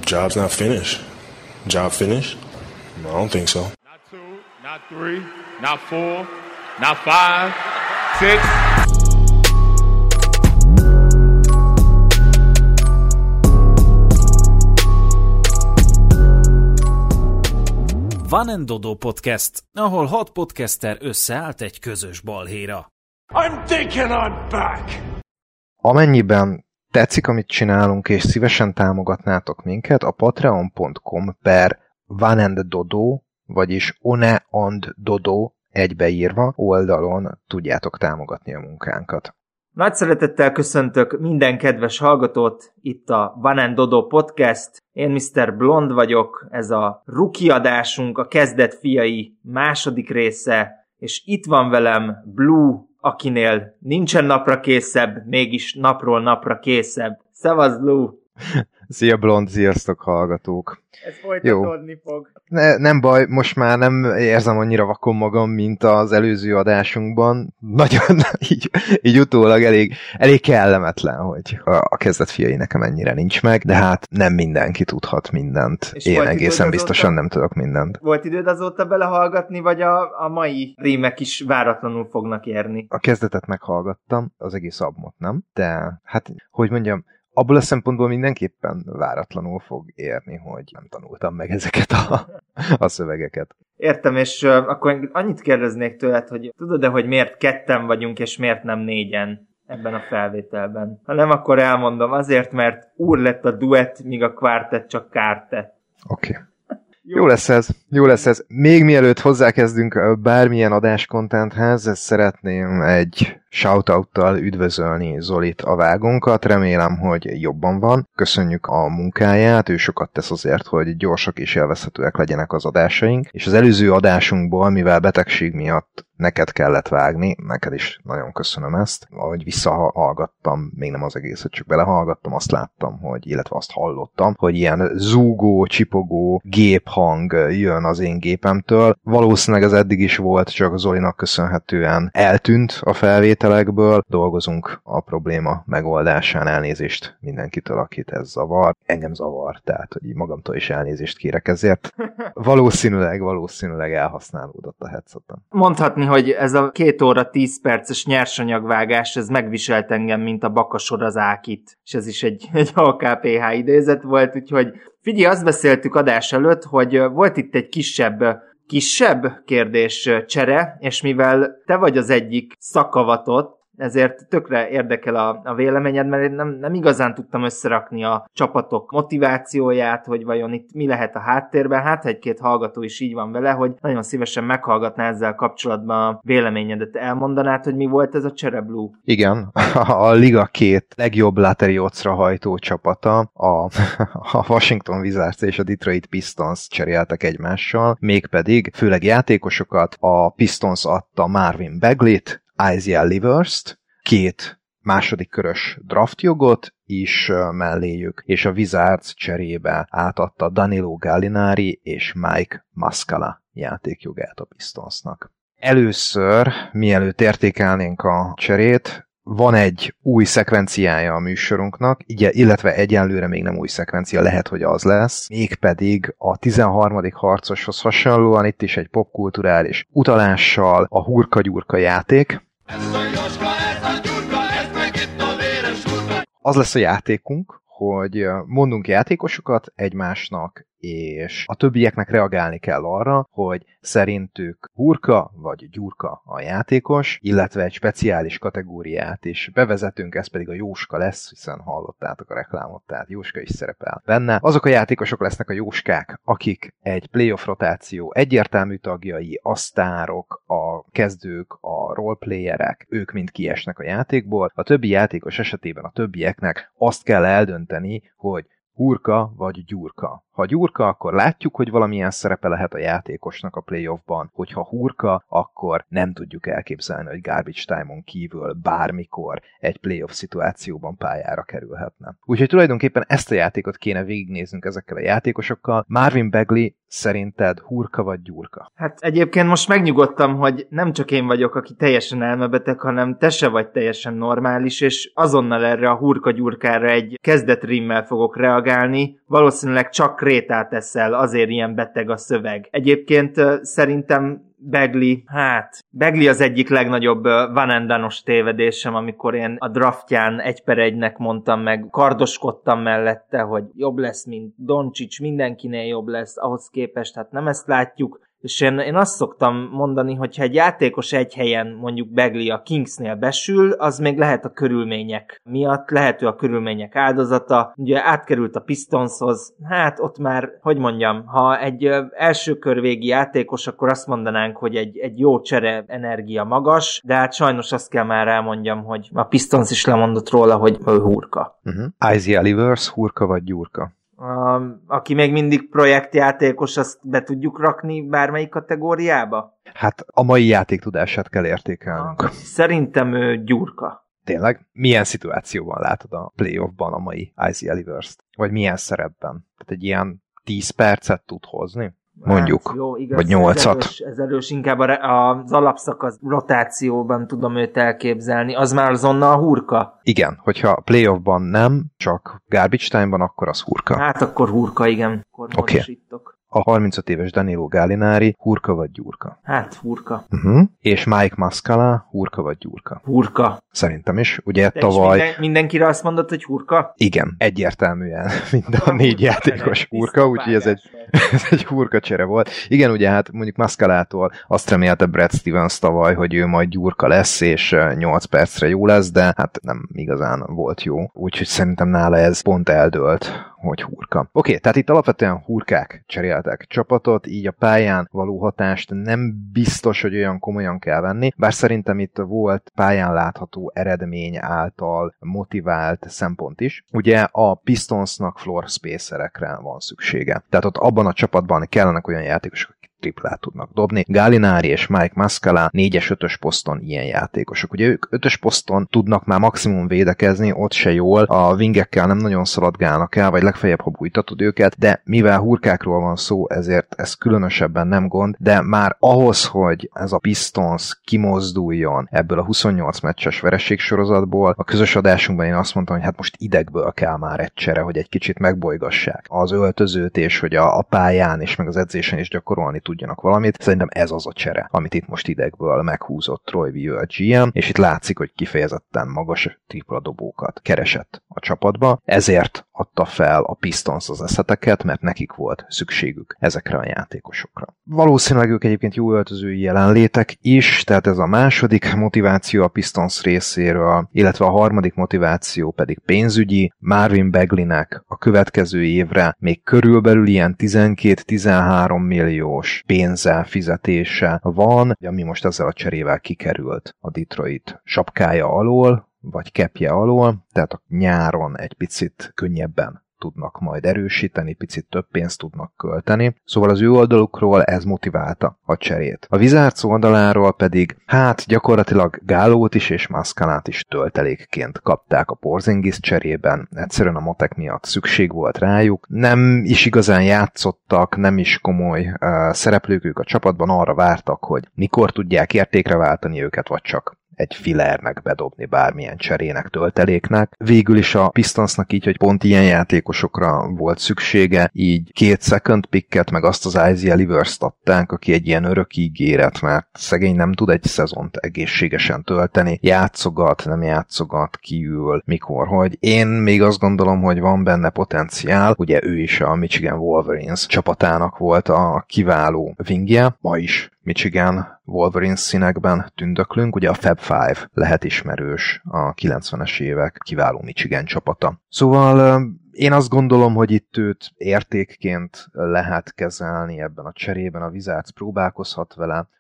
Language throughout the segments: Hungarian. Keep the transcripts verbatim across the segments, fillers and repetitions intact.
Job's not finished. Job finished? I don't think so. Not two, not three, not four, not five, six. Van and Dodo Podcast, ahol hat podcaster összeállt egy közös balhéra. I'm thinking I'm back! Amennyiben tetszik, amit csinálunk, és szívesen támogatnátok minket, a patreon pont com per Van and Dodo, vagyis One and Dodo egybeírva oldalon tudjátok támogatni a munkánkat. Nagy szeretettel köszöntök minden kedves hallgatót, itt a Van and Dodo Podcast. Én miszter Blond vagyok, ez a rookie adásunk, a kezdet fiai második része, és itt van velem Blue, akinél nincsen napra készebb, mégis napról napra készebb. Szevasz, Blue! Szia, Blond, sziasztok, hallgatók! Ez folytatódni fog. Ne, nem baj, most már nem érzem annyira vakon magam, mint az előző adásunkban. Nagyon, így, így utólag elég, elég kellemetlen, hogy a kezdet fiai nekem ennyire nincs meg, de hát nem mindenki tudhat mindent. És én egészen biztosan nem tudok mindent. Volt időd azóta belehallgatni, vagy a, a mai rímek is váratlanul fognak érni? A kezdetet meghallgattam, az egész albumot nem, de hát, hogy mondjam, abból a szempontból mindenképpen váratlanul fog érni, hogy nem tanultam meg ezeket a, a szövegeket. Értem, és uh, akkor annyit kérdeznék tőled, hogy tudod-e, hogy miért ketten vagyunk, és miért nem négyen ebben a felvételben? Ha nem, akkor elmondom. Azért, mert úr lett a duett, míg a kvártett csak kártett. Oké. Okay. Jó. Jó lesz ez, jó lesz ez. Még mielőtt hozzákezdünk bármilyen adáscontenthez, szeretném egy shoutouttal üdvözölni Zolit, a vágónkat. Remélem, hogy jobban van. Köszönjük a munkáját, ő sokat tesz azért, hogy gyorsak és élvezhetőek legyenek az adásaink. És az előző adásunkból, mivel betegség miatt neked kellett vágni, neked is nagyon köszönöm ezt. Ahogy visszahallgattam, még nem az egészet, csak belehallgattam, azt láttam, hogy, illetve azt hallottam, hogy ilyen zúgó, csipogó géphang jön az én gépemtől. Valószínűleg ez eddig is volt, csak a Zolinak köszönhetően eltűnt a felvételekből. Dolgozunk a probléma megoldásán, elnézést mindenkitől, akit ez zavar. Engem zavar, tehát hogy magamtól is elnézést kérek ezért. Valószínűleg, valószínűleg elhasználódott a headsetem. Mondhatni, hogy ez a két óra tíz perces nyersanyagvágás, ez megviselt engem, mint a bakasor az ákit. És ez is egy, egy á ká pé há idézet volt, úgyhogy figyelj, azt beszéltük adás előtt, hogy volt itt egy kisebb, kisebb kérdés csere, és mivel te vagy az egyik szakavatott, ezért tökre érdekel a, a véleményed, mert én nem, nem igazán tudtam összerakni a csapatok motivációját, hogy vajon itt mi lehet a háttérben. Hát egy-két hallgató is így van vele, hogy nagyon szívesen meghallgatná ezzel kapcsolatban a véleményedet. Elmondanád, hogy mi volt ez a csere, Blue? Igen, a Liga két legjobb Lateriocra hajtó csapata, a, a Washington Wizards és a Detroit Pistons cseréltek egymással, mégpedig főleg játékosokat. A Pistons adta Marvin Bagleyt, Isaiah Livers-t, két második körös draftjogot is melléjük, és a Wizards cserébe átadta Danilo Gallinari és Mike Muscala játékjogát a Pistonsnak. Először, mielőtt értékelnénk a cserét, van egy új szekvenciája a műsorunknak, illetve egyenlőre még nem új szekvencia, lehet, hogy az lesz, mégpedig a tizenharmadik harcoshoz hasonlóan itt is egy popkulturális utalással a hurka-gyurka játék. Az lesz a játékunk, hogy mondunk játékosokat egymásnak, és a többieknek reagálni kell arra, hogy szerintük hurka vagy gyurka a játékos, illetve egy speciális kategóriát is bevezetünk, ez pedig a Jóska lesz, hiszen hallottátok a reklámot, tehát Jóska is szerepel benne. Azok a játékosok lesznek a jóskák, akik egy playoff rotáció egyértelmű tagjai, a sztárok, a kezdők, a roleplayerek, ők mind kiesnek a játékból. A többi játékos esetében a többieknek azt kell eldönteni, hogy hurka vagy gyurka. Ha Gyurka, akkor látjuk, hogy valamilyen szerepe lehet a játékosnak a playoffban, hogyha Hurka, akkor nem tudjuk elképzelni, hogy garbage time-on kívül bármikor egy playoff szituációban pályára kerülhetne. Úgyhogy tulajdonképpen ezt a játékot kéne végignéznünk ezekkel a játékosokkal. Marvin Bagley szerinted Hurka vagy Gyurka? Hát egyébként most megnyugodtam, hogy nem csak én vagyok, aki teljesen elmebeteg, hanem te se vagy teljesen normális, és azonnal erre a Hurka-Gyurkára egy kezdetrímmel fogok reagálni. Valószínűleg csak krétát eszel, azért ilyen beteg a szöveg. Egyébként szerintem Bagley, hát Bagley az egyik legnagyobb Van and Done-os tévedésem, amikor én a draftján egy per egynek mondtam meg, kardoskodtam mellette, hogy jobb lesz, mint Doncic, mindenkinél jobb lesz, ahhoz képest, hát nem ezt látjuk. És én, én azt szoktam mondani, hogy ha egy játékos egy helyen, mondjuk Bagley a Kingsnél besül, az még lehet a körülmények miatt, lehető a körülmények áldozata. Ugye átkerült a Pistonshoz, hát ott már, hogy mondjam, ha egy első körvégi játékos, akkor azt mondanánk, hogy egy, egy jó csere energia magas, de hát sajnos azt kell már elmondjam, hogy a Pistons is lemondott róla, hogy ő Hurka. Uh-huh. Isaiah Livers, Hurka vagy Gyurka? A, aki még mindig projektjátékos, azt be tudjuk rakni bármelyik kategóriába? Hát a mai játék tudását kell értékelnünk. Ah, szerintem ő Gyurka. Tényleg? Milyen szituációban látod a playoffban a mai Isaiah Livers-t? Vagy milyen szerepben? Tehát egy ilyen tíz percet tud hozni? Mondjuk, hát, jó, igaz, vagy nyolcat. Ez erős, ez erős, inkább az alapszakasz rotációban tudom őt elképzelni. Az már azonnal Hurka? Igen, hogyha playoffban nem, csak garbage time-ban, akkor az Hurka. Hát akkor Hurka, igen. Oké. Okay. A harmincöt éves Danilo Gallinari, Hurka vagy Gyurka? Hát Hurka. Uh-huh. És Mike Muscala, Hurka vagy Gyurka? Hurka. Szerintem is. Ugye de tavaly... Minden, mindenkire azt mondod, hogy Hurka? Igen, egyértelműen mind a négy játékos Hurka, úgyhogy ez egy, ez egy Hurka csere volt. Igen, ugye hát mondjuk Muscalától azt remélte Brad Stevens tavaly, hogy ő majd Gyurka lesz, és nyolc percre jó lesz, de hát nem igazán volt jó. Úgyhogy szerintem nála ez pont eldőlt, hogy Hurka. Oké, okay, tehát itt alapvetően Hurkák cseréltek csapatot, így a pályán való hatást nem biztos, hogy olyan komolyan kell venni, bár szerintem itt volt pályán látható eredmény által motivált szempont is. Ugye a Pistonsnak floor spacerekre van szüksége. Tehát ott abban a csapatban kellenek olyan játékosok, triplát tudnak dobni. Gallinari és Mike Muscala négyes, ötös poszton ilyen játékosok. Ugye ők ötös poszton tudnak már maximum védekezni, ott se jól, a wingekkel nem nagyon szaladgálnak el, vagy legfeljebb, ha bújtatod őket, de mivel Hurkákról van szó, ezért ez különösebben nem gond, de már ahhoz, hogy ez a Pistons kimozduljon ebből a huszonnyolc meccses vereségsorozatból, a közös adásunkban én azt mondtam, hogy hát most idegből kell már egy csere, hogy egy kicsit megbolygassák az öltözőt, és hogy a, a pályán és meg az edzésen is gyakorolni tudjanak valamit. Szerintem ez az a csere, amit itt most idegből meghúzott Troy Weaver a gé em, és itt látszik, hogy kifejezetten magas tripla dobókat keresett a csapatba, ezért adta fel a Pistons az eszeteket, mert nekik volt szükségük ezekre a játékosokra. Valószínűleg ők egyébként jó öltözői jelenlétek is, tehát ez a második motiváció a Pistons részéről, illetve a harmadik motiváció pedig pénzügyi. Marvin Bagleynek a következő évre még körülbelül ilyen tizenkét-tizenhárom milliós pénzzel fizetése van, ami most ezzel a cserével kikerült a Detroit sapkája alól, vagy kepje alól, tehát a nyáron egy picit könnyebben tudnak majd erősíteni, picit több pénzt tudnak költeni. Szóval az ő oldalukról ez motiválta a cserét. A Wizards oldaláról pedig, hát gyakorlatilag Gallót is és Muscalát is töltelékként kapták a Porzingis cserében. Egyszerűen a matek miatt szükség volt rájuk. Nem is igazán játszottak, nem is komoly uh, szereplők ők a csapatban, arra vártak, hogy mikor tudják értékre váltani őket, vagy csak egy fillernek bedobni bármilyen cserének, tölteléknek. Végül is a Pistonsnak így, hogy pont ilyen játékosokra volt szüksége, így két second picket, meg azt az Isaiah Livers-t adták, aki egy ilyen örök ígéret, mert szegény nem tud egy szezont egészségesen tölteni, játszogat, nem játszogat, kiül, mikor, hogy én még azt gondolom, hogy van benne potenciál, ugye ő is a Michigan Wolverines csapatának volt a kiváló wingje, ma is Michigan Wolverines színekben tündöklünk, ugye a Fab Five lehet ismerős, a kilencvenes évek kiváló Michigan csapata. Szóval én azt gondolom, hogy itt őt értékként lehet kezelni ebben a cserében, a Wizards próbálkozhat vele.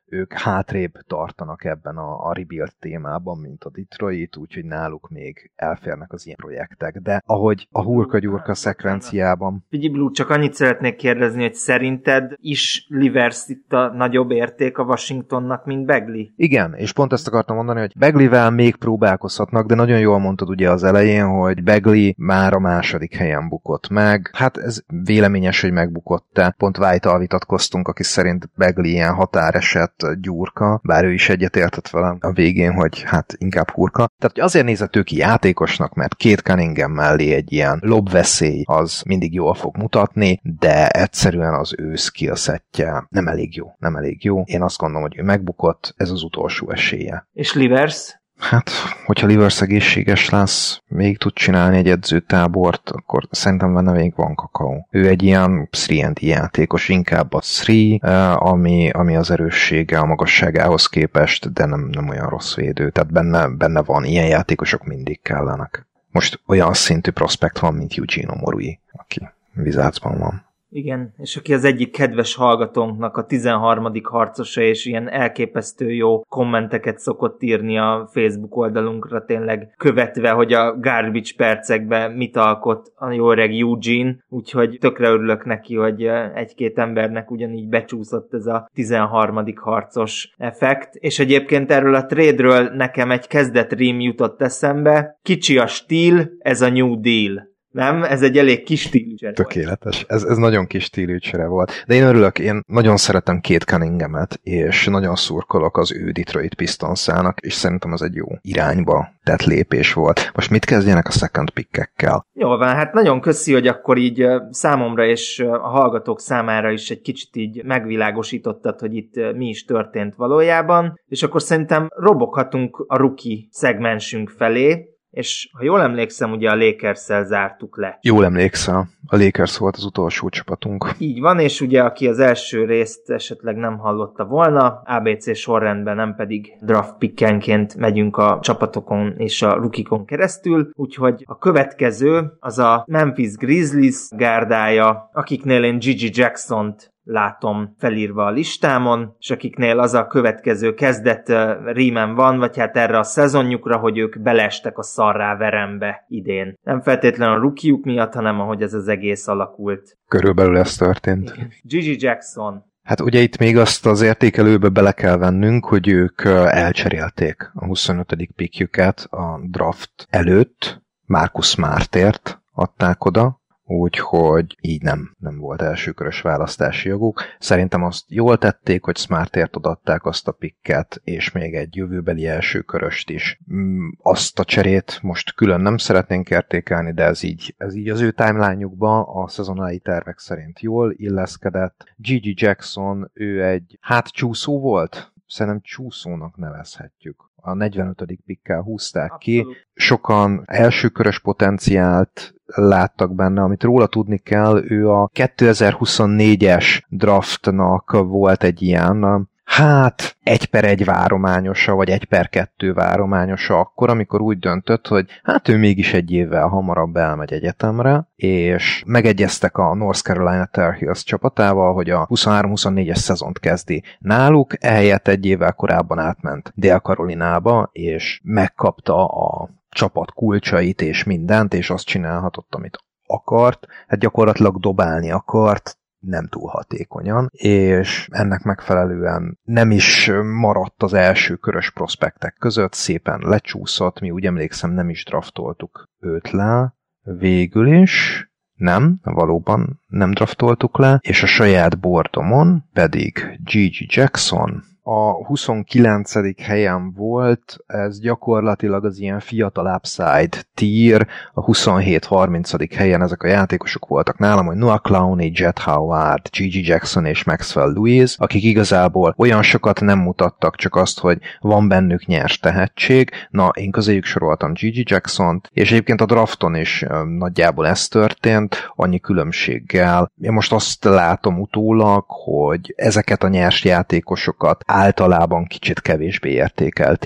ők hátrébb tartanak ebben a, a rebuild témában, mint a Detroit, úgyhogy náluk még elférnek az ilyen projektek. De ahogy a hurka-gyurka szekvenciában... Figyelj, Blue, csak annyit szeretnék kérdezni, hogy szerinted is Livers itt a nagyobb érték a Washingtonnak, mint Bagley? Igen, és pont ezt akartam mondani, hogy Bagleyvel még próbálkozhatnak, de nagyon jól mondtad ugye az elején, hogy Bagley már a második helyen bukott meg. Hát ez véleményes, hogy megbukott-e. Pont White-tal vitatkoztunk, aki szerint Bagley ilyen határeset gyurka, bár ő is egyetértett velem a végén, hogy hát inkább hurka. Tehát azért nézett ő ki játékosnak, mert két Cunningham mellé egy ilyen lobveszély az mindig jól fog mutatni, de egyszerűen az ő skillsetje nem elég jó. Nem elég jó. Én azt gondolom, hogy ő megbukott, ez az utolsó esélye. És Livers? Hát, hogyha Livers egészséges lesz, még tud csinálni egy edzőtábort, akkor szerintem benne még van kakaó. Ő egy ilyen három and D játékos, inkább a három, ami, ami az erőssége a magasságához képest, de nem, nem olyan rossz védő. Tehát benne, benne van, ilyen játékosok mindig kellenek. Most olyan szintű prospekt van, mint Eugene Morui, aki Wizardsban van. Igen, és aki az egyik kedves hallgatónknak a tizenharmadik harcosa, és ilyen elképesztő jó kommenteket szokott írni a Facebook oldalunkra, tényleg követve, hogy a garbage percekben mit alkot a jó öreg Eugene, úgyhogy tökre örülök neki, hogy egy-két embernek ugyanígy becsúszott ez a tizenharmadik harcos effekt, és egyébként erről a trade-ről nekem egy kezdet rím jutott eszembe, kicsi a stíl, ez a New Deal. Nem? Ez egy elég kis stílű csere. Tökéletes. Ez, ez nagyon kis stílű csere volt. De én örülök, én nagyon szeretem két Cunninghamet, és nagyon szurkolok az ő Detroit Pistonsának, és szerintem az egy jó irányba tett lépés volt. Most mit kezdjenek a second pickekkel? Jól van, hát nagyon köszi, hogy akkor így számomra és a hallgatók számára is egy kicsit így megvilágosítottad, hogy itt mi is történt valójában, és akkor szerintem roboghatunk a rookie szegmensünk felé, és ha jól emlékszem, ugye a Lakers-szel zártuk le. Jól emlékszel, a Lakers volt az utolsó csapatunk. Így van, és ugye aki az első részt esetleg nem hallotta volna, á bé cé sorrendben, nem pedig draft pickenként megyünk a csapatokon és a rukikon keresztül, úgyhogy a következő az a Memphis Grizzlies gárdája, akiknél én Gigi Jacksont látom felírva a listámon, és akiknél az a következő kezdet rímen van, vagy hát erre a szezonjukra, hogy ők beleestek a szarrá verembe idén. Nem feltétlenül a rukiuk miatt, hanem ahogy ez az egész alakult. Körülbelül ez történt. Igen. Gigi Jackson. Hát ugye itt még azt az értékelőbe bele kell vennünk, hogy ők elcserélték a huszonötödik pickjüket a draft előtt, Marcus Smartért adták oda, úgyhogy így nem, nem volt elsőkörös választási joguk. Szerintem azt jól tették, hogy Smartért odaadták azt a picket, és még egy jövőbeli elsőköröst is. Azt a cserét most külön nem szeretnénk értékelni, de ez így, ez így az ő timeline-jukba a szezonályi tervek szerint jól illeszkedett. Gigi Jackson, ő egy hát csúszó volt? Szerintem csúszónak nevezhetjük. A negyvenötödik pickkel húzták ki. Abszolút. Sokan elsőkörös potenciált láttak benne, amit róla tudni kell, ő a kétezer-huszonnégyes draftnak volt egy ilyen, hát egy per egy várományosa, vagy egy per kettő várományosa akkor, amikor úgy döntött, hogy hát ő mégis egy évvel hamarabb elmegy egyetemre, és megegyeztek a North Carolina Tar Heels csapatával, hogy a huszonhárom-huszonnégyes szezont kezdi náluk, ehelyett egy évvel korábban átment Dél-Karolinába, és megkapta a csapat kulcsait és mindent, és azt csinálhatott, amit akart, hát gyakorlatilag dobálni akart, nem túl hatékonyan, és ennek megfelelően nem is maradt az első körös prospektek között, szépen lecsúszott, mi úgy emlékszem nem is draftoltuk őt le, végül is nem, valóban nem draftoltuk le, és a saját bordomon pedig Gigi Jackson a huszonkilencedik helyen volt, ez gyakorlatilag az ilyen fiatal upside tier, a huszonhét harmincadik helyen ezek a játékosok voltak nálam, hogy Noah Clowney, Jet Howard, Gigi Jackson és Maxwell Lewis, akik igazából olyan sokat nem mutattak, csak azt, hogy van bennük nyers tehetség. Na, én közéjük soroltam Gigi Jacksont, és egyébként a drafton is nagyjából ez történt, annyi különbséggel. Én most azt látom utólag, hogy ezeket a nyers játékosokat általában kicsit kevésbé értékelték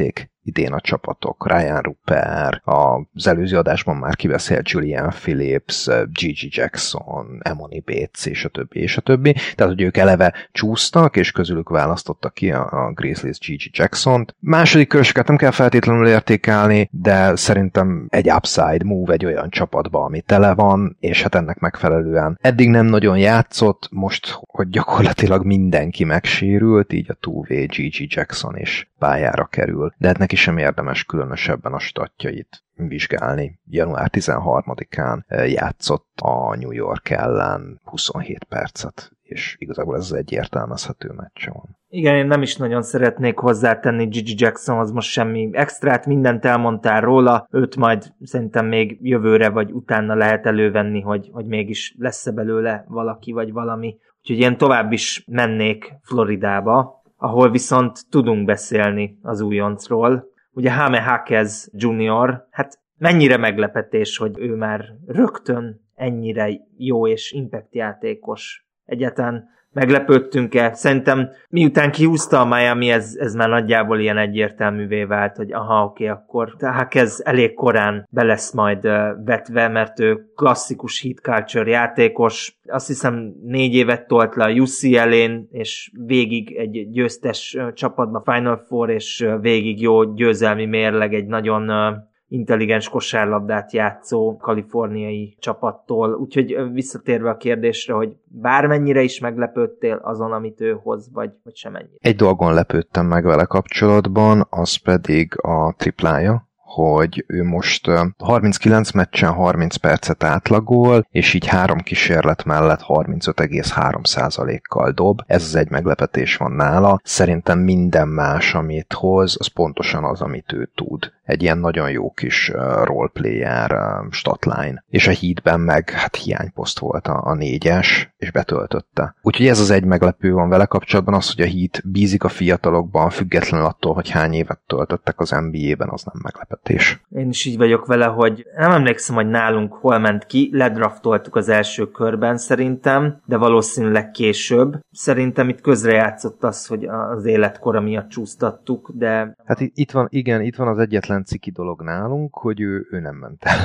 idén a csapatok. Ryan Rupert, az előző adásban már kibeszélt Julian Phillips, Gigi Jackson, Emoni Bates, és a többi, és a többi. Tehát, hogy ők eleve csúsztak, és közülük választottak ki a, a Grizzlies Gigi Jacksont. Második körösöket nem kell feltétlenül értékelni, de szerintem egy upside move egy olyan csapatba, ami tele van, és hát ennek megfelelően eddig nem nagyon játszott, most, hogy gyakorlatilag mindenki megsérült, így a two-way Gigi Jackson is pályára kerül. De hát neki sem érdemes különösebben a statjait vizsgálni. január tizenharmadikán játszott a New York ellen huszonhét percet, és igazából ez az egyértelmezhető meccse van. Igen, én nem is nagyon szeretnék hozzátenni Gigi Jacksonhoz most semmi extrát, mindent elmondtál róla, őt majd szerintem még jövőre vagy utána lehet elővenni, hogy, hogy mégis lesz-e belőle valaki vagy valami. Úgyhogy én tovább is mennék Floridába, ahol viszont tudunk beszélni az újoncról. Ugye Jaime Jaquez junior, hát mennyire meglepetés, hogy ő már rögtön ennyire jó és impact játékos. Egyáltalán meglepődtünk-e? Szerintem miután kihúzta a Miami, ez, ez már nagyjából ilyen egyértelművé vált, hogy aha, oké, okay, akkor Jaquez elég korán be lesz majd uh, vetve, mert ő klasszikus hit culture játékos. Azt hiszem négy évet tolt le a U C L-én, és végig egy győztes uh, csapatba Final Four, és uh, végig jó győzelmi mérleg egy nagyon uh, intelligens kosárlabdát játszó kaliforniai csapattól. Úgyhogy visszatérve a kérdésre, hogy bármennyire is meglepődtél azon, amit ő hoz, vagy, vagy sem ennyire. Egy dolgon lepődtem meg vele kapcsolatban, az pedig a triplája, hogy ő most harminckilenc meccsen harminc percet átlagol, és így három kísérlet mellett harmincöt egész három százalékkal dob. Ez az egy meglepetés van nála. Szerintem minden más, amit hoz, az pontosan az, amit ő tud. Egy ilyen nagyon jó kis roleplayer statline. És a Heatben meg hát hiányposzt volt a, a négyes, és betöltötte. Úgyhogy ez az egy meglepő van vele kapcsolatban, az, hogy a Heat bízik a fiatalokban, függetlenül attól, hogy hány évet töltöttek az en bé á-ben, az nem meglepetés. Én is így vagyok vele, hogy nem emlékszem, hogy nálunk hol ment ki, ledraftoltuk az első körben szerintem, de valószínűleg később. Szerintem itt közrejátszott az, hogy az életkora miatt csúsztattuk, de... Hát itt van, igen, itt van az egyetlen ciki dolog nálunk, hogy ő, ő nem ment el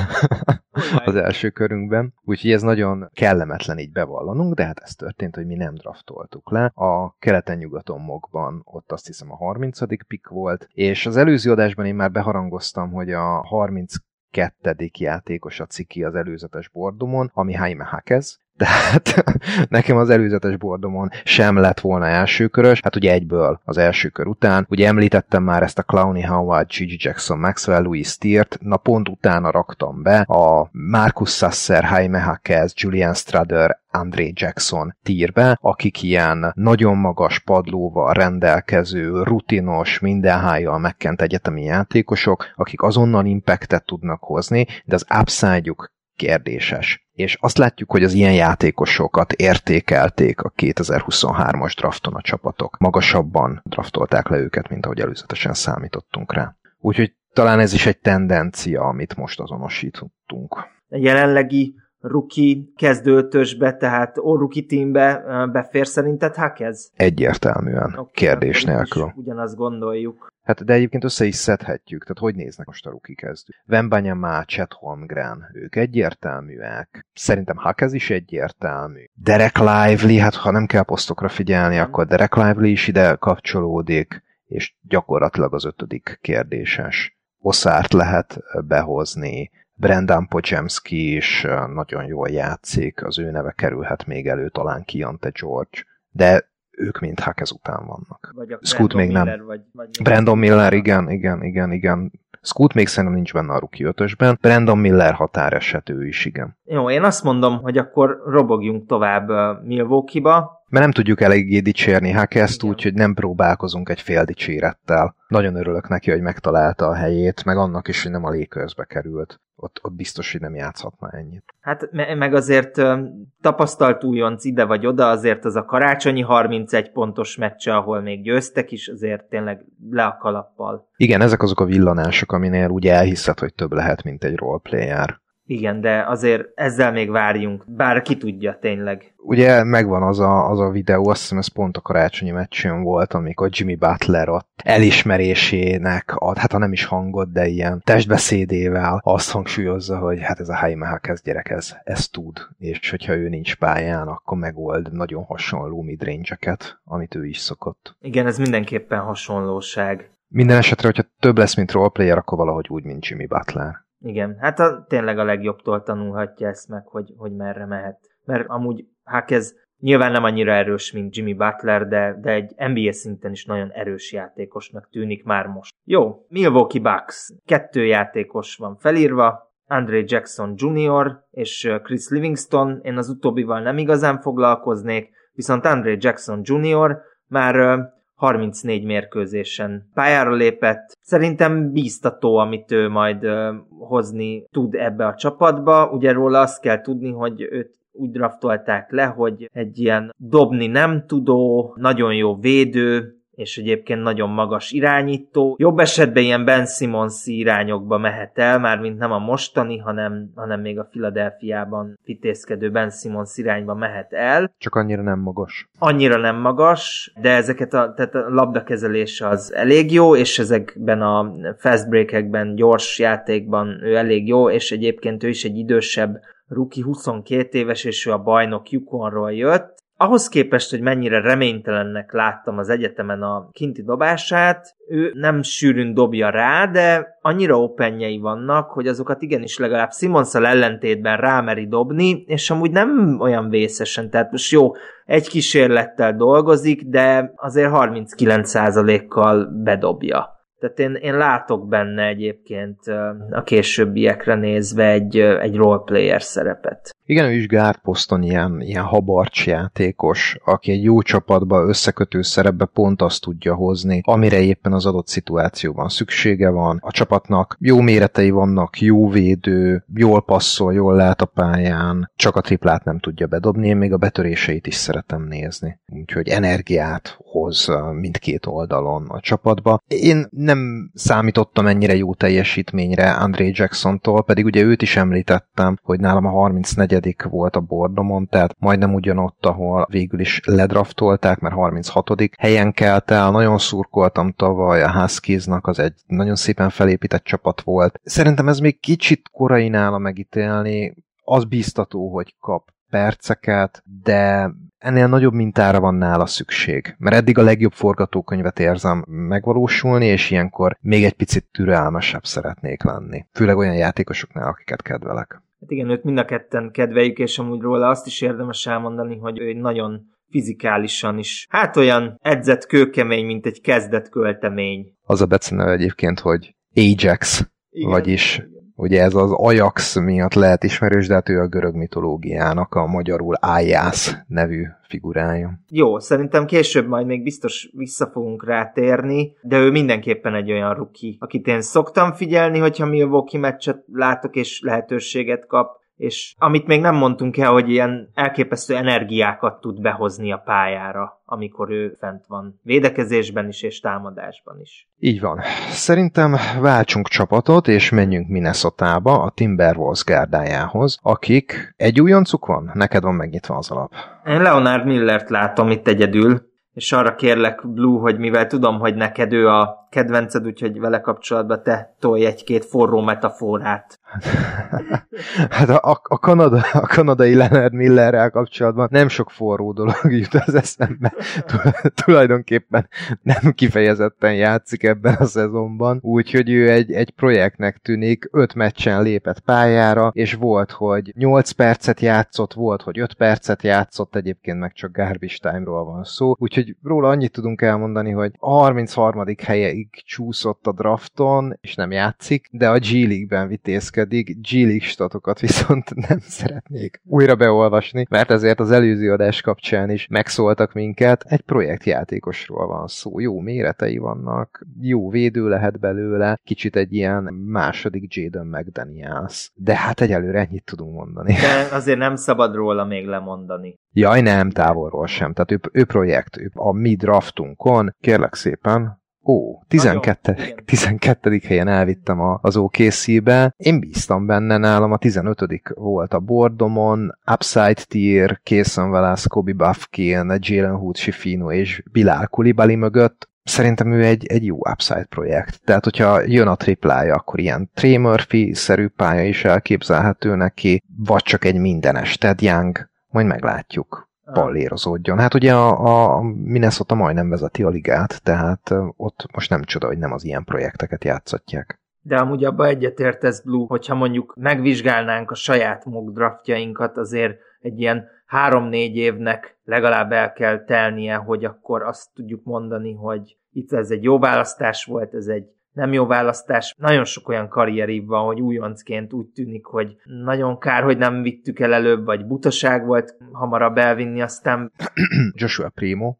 az első körünkben. Úgyhogy ez nagyon kellemetlen így bevallanunk, de hát ez történt, hogy mi nem draftoltuk le. A keleten-nyugaton mokban ott azt hiszem a harmincadik pick volt, és az előző adásban én már beharangoztam, hogy a harminckettedik játékos a ciki az előzetes bordomon, ami Jaime Jaquez. Tehát nekem az előzetes bordomon sem lett volna elsőkörös, hát ugye egyből az első kör után. Ugye említettem már ezt a Clowney Howard, Gigi Jackson, Maxwell Louis Steert, na pont utána raktam be a Marcus Sasser, Jaime Jaquez, Julian Strader, Andre Jackson tírbe, akik ilyen nagyon magas padlóval rendelkező, rutinos, mindenhájjal megkent egyetemi játékosok, akik azonnal impactet tudnak hozni, de az upside-juk kérdéses. És azt látjuk, hogy az ilyen játékosokat értékelték a kétezer-huszonhármas drafton a csapatok. Magasabban draftolták le őket, mint ahogy előzetesen számítottunk rá. Úgyhogy talán ez is egy tendencia, amit most azonosítottunk. A jelenlegi rookie kezdőtösbe, tehát all rookie teambe befér szerinted Jaquez? Egyértelműen, okay, kérdés nélkül. Ugyanazt gondoljuk. Hát de egyébként össze is szedhetjük, tehát hogy néznek most a rookie kezdő? Wembanyama, Chet Holmgren, ők egyértelműek. Szerintem Jaquez is egyértelmű. Derek Lively, hát ha nem kell posztokra figyelni, akkor Derek Lively is ide kapcsolódik, és gyakorlatilag az ötödik kérdéses. Oszárt lehet behozni, Brendan Podziemski is nagyon jól játszik, az ő neve kerülhet még elő, talán Keontae George, de ők mind Jaquez után vannak. Scoot még nem. Miller, vagy, vagy Brandon Miller, igen, igen, igen, igen. Scoot még szerintem nincs benne a rookie ötösben. Brandon Miller határeset, ő is, igen. Jó, én azt mondom, hogy akkor robogjunk tovább Milwaukee-ba. Mert nem tudjuk eléggé dicsérni Jaquezt, úgyhogy nem próbálkozunk egy fél dicsérettel. Nagyon örülök neki, hogy megtalálta a helyét, meg annak is, hogy nem a Lakersbe került. Ott, ott biztos, hogy nem játszhatna ennyit. Hát meg azért tapasztalt újonc ide vagy oda, azért az a karácsonyi harmincegy pontos meccse, ahol még győztek is, azért tényleg le a kalappal. Igen, ezek azok a villanások, aminél úgy elhiszed, hogy több lehet, mint egy roleplayer. Igen, de azért ezzel még várjunk, bár ki tudja tényleg. Ugye megvan az a, az a videó, azt hiszem ez pont a karácsonyi meccsön volt, amikor Jimmy Butler ott elismerésének ad, hát ha nem is hangot, de ilyen testbeszédével azt hangsúlyozza, hogy hát ez a Jaime Jaquez gyerek, ez, ez tud, és hogyha ő nincs pályán, akkor megold nagyon hasonló midrange-eket, amit ő is szokott. Igen, ez mindenképpen hasonlóság. Minden esetre, hogyha több lesz, mint roleplayer, akkor valahogy úgy, mint Jimmy Butler. Igen, hát a, tényleg a legjobbtól tanulhatja ezt meg, hogy, hogy merre mehet. Mert amúgy Jaquez nyilván nem annyira erős, mint Jimmy Butler, de, de egy en bé á szinten is nagyon erős játékosnak tűnik már most. Jó, Milwaukee Bucks. Kettő játékos van felírva, Andre Jackson junior és Chris Livingston. Én az utóbbival nem igazán foglalkoznék, viszont Andre Jackson junior már harmincnégy mérkőzésen pályára lépett. Szerintem bíztató, amit ő majd uh, hozni tud ebbe a csapatba. Ugye róla azt kell tudni, hogy őt úgy draftolták le, hogy egy ilyen dobni nem tudó, nagyon jó védő, és egyébként nagyon magas irányító. Jobb esetben ilyen Ben Simmons irányokba mehet el, mármint nem a mostani, hanem, hanem még a Philadelphiában fitézkedő Ben Simmons irányba mehet el. Csak annyira nem magas. Annyira nem magas, de ezeket a, tehát a labdakezelés az elég jó, és ezekben a fast break-ekben, gyors játékban ő elég jó, és egyébként ő is egy idősebb rookie, huszonkét éves, és ő a bajnok Yukonról jött. Ahhoz képest, hogy mennyire reménytelennek láttam az egyetemen a kinti dobását, ő nem sűrűn dobja rá, de annyira openjei vannak, hogy azokat igenis legalább Simonsszal ellentétben rámeri dobni, és amúgy nem olyan vészesen, tehát most jó, egy kísérlettel dolgozik, de azért harminckilenc százalékkal bedobja. Tehát én, én látok benne egyébként a későbbiekre nézve egy, egy roleplayer szerepet. Igen, ő is guard poszton ilyen, ilyen habarcs játékos, aki egy jó csapatba, összekötő szerepbe pont azt tudja hozni, amire éppen az adott szituációban szüksége van. A csapatnak jó méretei vannak, jó védő, jól passzol, jól lát a pályán, csak a triplát nem tudja bedobni, én még a betöréseit is szeretem nézni. Úgyhogy energiát hoz mindkét oldalon a csapatba. Én nem számítottam ennyire jó teljesítményre Andre Jacksontól, pedig ugye őt is említettem, hogy nálam a harmincnegyedik volt a bordomon, tehát majdnem ugyanott, ahol végül is ledraftolták, mert harminchatodik helyen kelt el, nagyon szurkoltam tavaly a Huskiesnak, az egy nagyon szépen felépített csapat volt. Szerintem ez még kicsit korai nála megítélni, az bíztató, hogy kap perceket, de ennél nagyobb mintára van nála szükség. Mert eddig a legjobb forgatókönyvet érzem megvalósulni, és ilyenkor még egy picit türelmesebb szeretnék lenni. Főleg olyan játékosoknál, akiket kedvelek. Hát igen, őt mind a ketten kedveljük, és amúgy róla azt is érdemes elmondani, hogy ő nagyon fizikálisan is, hát olyan edzett kőkemény, mint egy kezdett költemény. Az a beceneve egyébként, hogy Ajax, igen, vagyis igen. Ugye ez az Ajax miatt lehet ismerős, de hát ő a görög mitológiának a magyarul Aiász nevű figurája. Jó, szerintem később majd még biztos vissza fogunk rátérni, de ő mindenképpen egy olyan rookie, akit én szoktam figyelni, hogyha Milwaukee meccset látok és lehetőséget kap, és amit még nem mondtunk el, hogy ilyen elképesztő energiákat tud behozni a pályára, amikor ő fent van védekezésben is és támadásban is. Így van. Szerintem váltsunk csapatot, és menjünk Minnesotába, a Timberwolves gárdájához, akik egy újoncuk van? Neked van megnyitva az alap. Én Leonard Millert látom itt egyedül, és arra kérlek, Blue, hogy mivel tudom, hogy neked ő a kedvenced, úgyhogy vele kapcsolatban te tolj egy-két forró metaforát. Hát a, a, a, Kanada, a kanadai Leonard Millerrel kapcsolatban nem sok forró dolog jut az eszembe. Tulajdonképpen nem kifejezetten játszik ebben a szezonban, úgyhogy ő egy, egy projektnek tűnik, öt meccsen lépett pályára, és volt, hogy nyolc percet játszott, volt, hogy öt percet játszott, egyébként meg csak garbage time-ról van szó, úgyhogy róla annyit tudunk elmondani, hogy a harmincharmadik helyeig csúszott a drafton, és nem játszik, de a G-League-ben vitézkedik, G-League statokat viszont nem szeretnék újra beolvasni, mert ezért az előző adás kapcsán is megszóltak minket. Egy projektjátékosról van szó, jó méretei vannak, jó védő lehet belőle, kicsit egy ilyen második Jaden McDaniels. De hát egyelőre ennyit tudunk mondani. De azért nem szabad róla még lemondani. Jaj, nem, távolról sem. Tehát ő, ő projekt, ő a mi draftunkon, kérlek szépen, Ó, tizenkettedik helyen elvittem a, az o ká cé-be. Én bíztam benne, nálam a tizenötödik volt a bordomon, Upside Tier, Cason Velasquez, Kobe Buffkin, Jalen Hood, Schifino és Bilal Coulibaly mögött. Szerintem ő egy, egy jó upside projekt. Tehát, hogyha jön a triplája, akkor ilyen Trey Murphy-szerű pálya is elképzelhető neki, vagy csak egy mindenes Ted Young, majd meglátjuk. Pallérozódjon. Hát ugye a, a Minnesota majdnem vezeti a ligát, tehát ott most nem csoda, hogy nem az ilyen projekteket játszatják. De amúgy abba egyetértesz, Blue, hogyha mondjuk megvizsgálnánk a saját mock draftjainkat, azért egy ilyen három-négy évnek legalább el kell telnie, hogy akkor azt tudjuk mondani, hogy itt ez egy jó választás volt, ez egy nem jó választás. Nagyon sok olyan karrierív van, hogy újoncként úgy tűnik, hogy nagyon kár, hogy nem vittük el előbb, vagy butaság volt hamarabb elvinni, aztán... Joshua Primo.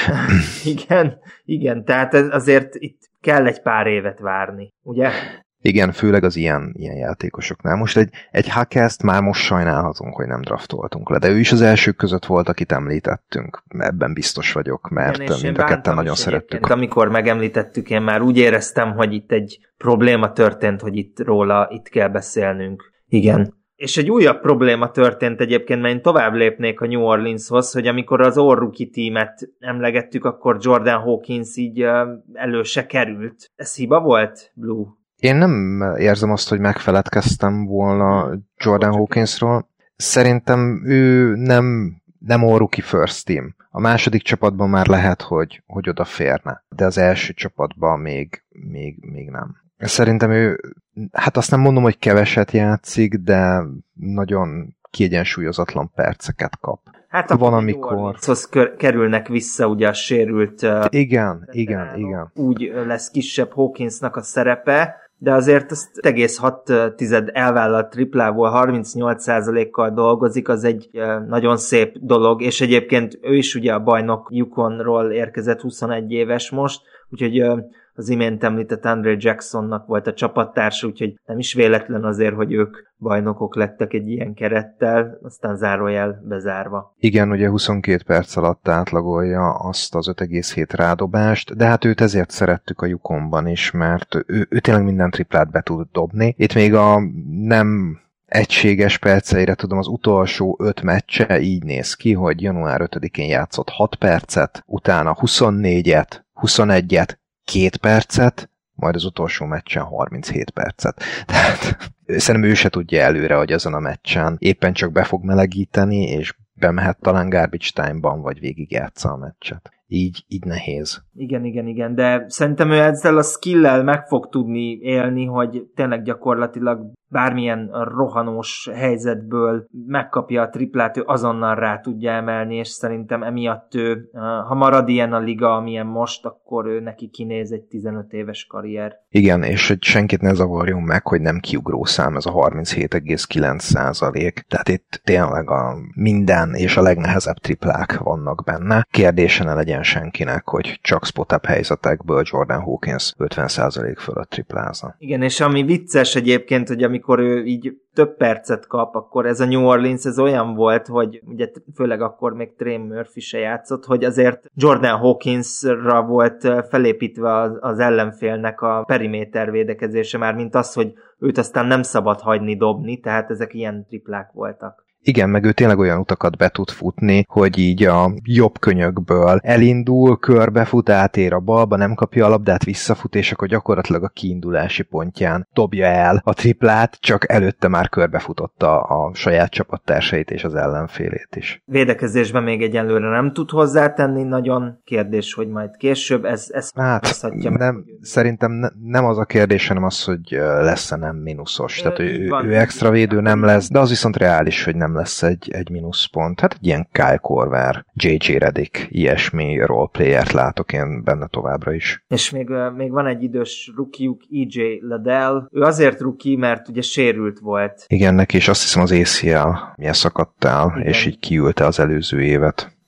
igen, igen, tehát azért itt kell egy pár évet várni, ugye? Igen, főleg az ilyen, ilyen játékosoknál. Most egy, egy Hackest már most sajnálhatunk, hogy nem draftoltunk le, de ő is az elsők között volt, akit említettünk. Ebben biztos vagyok, mert igen, mind a ketten nagyon szerettük. Amikor megemlítettük, én már úgy éreztem, hogy itt egy probléma történt, hogy itt róla itt kell beszélnünk. Igen. És egy újabb probléma történt egyébként, mert én tovább lépnék a New Orleanshoz, hogy amikor az all-rookie tímet emlegettük, akkor Jordan Hawkins így elő se került. Ez hiba volt, Blue? Én nem érzem azt, hogy megfeledkeztem volna Jordan Hawkinsról. Szerintem ő nem, nem all rookie first team. A második csapatban már lehet, hogy, hogy odaférne, de az első csapatban még, még, még nem. Szerintem ő, hát azt nem mondom, hogy keveset játszik, de nagyon kiegyensúlyozatlan perceket kap. Hát van, amikor... kerülnek vissza ugye a sérült... Igen, igen, igen. Úgy lesz kisebb Hawkinsnak a szerepe, de azért azt egész hat tized elvállalt triplából harmincnyolc százalékkal dolgozik, az egy nagyon szép dolog, és egyébként ő is ugye a bajnok Yukonról érkezett, huszonegy éves most, úgyhogy az imént említett Andre Jacksonnak volt a csapattársa, úgyhogy nem is véletlen azért, hogy ők bajnokok lettek egy ilyen kerettel, aztán zárójel bezárva. Igen, ugye huszonkét perc alatt átlagolja azt az öt egész hét rádobást, de hát őt ezért szerettük a Yukonban is, mert ő, ő tényleg minden triplát be tud dobni. Itt még a nem egységes perceire, tudom, az utolsó öt meccse így néz ki, hogy január ötödikén játszott hat percet, utána huszonnégyet, huszonegyet, két percet, majd az utolsó meccsen harminchét percet. Tehát szerintem ő se tudja előre, hogy azon a meccsen éppen csak be fog melegíteni, és bemehet talán garbage time-ban, vagy végig játsza a meccset. Így, így nehéz. Igen, igen, igen, de szerintem ő ezzel a skill-lel meg fog tudni élni, hogy tényleg gyakorlatilag bármilyen rohanós helyzetből megkapja a triplát, ő azonnal rá tudja emelni, és szerintem emiatt ő, ha marad ilyen a liga, amilyen most, akkor ő neki kinéz egy tizenöt éves karrier. Igen, és hogy senkit ne zavarjon meg, hogy nem kiugró szám ez a harminchét egész kilenc százalék. Tehát itt tényleg a minden és a legnehezebb triplák vannak benne. Kérdése ne legyen senkinek, hogy csak spot-up helyzetekből Jordan Hawkins ötven százalék fölött triplázna. Igen, és ami vicces egyébként, hogy amikor ő így több percet kap, akkor ez a New Orleans ez olyan volt, hogy ugye főleg akkor még Trey Murphy se játszott, hogy azért Jordan Hawkinsra volt felépítve az, az ellenfélnek a periméter védekezése, már mint az, hogy őt aztán nem szabad hagyni dobni, tehát ezek ilyen triplák voltak. Igen, meg ő tényleg olyan utakat be tud futni, hogy így a jobb könyökből elindul, körbefut, átér a balba, nem kapja a labdát, visszafut, és akkor gyakorlatilag a kiindulási pontján dobja el a triplát, csak előtte már körbefutotta a saját csapattársait és az ellenfélét is. Védekezésben még egyenlőre nem tud hozzátenni, nagyon kérdés, hogy majd később ez, ez hát, nem, meg. Szerintem ne, nem az a kérdés, hanem az, hogy lesz-e nem mínuszos. Tehát ő, ő extra védő nem lesz, de az viszont reális, hogy nem lesz egy, egy mínuszpont. Hát egy ilyen Kyle Korver, jé jé Redick, ilyesmi roleplayert látok én benne továbbra is. És még, még van egy idős rukiuk, é jé Liddell. Ő azért ruki, mert ugye sérült volt. Igen, neki, és azt hiszem az á cé el milyen szakadt el, és így kiülte az előző évet.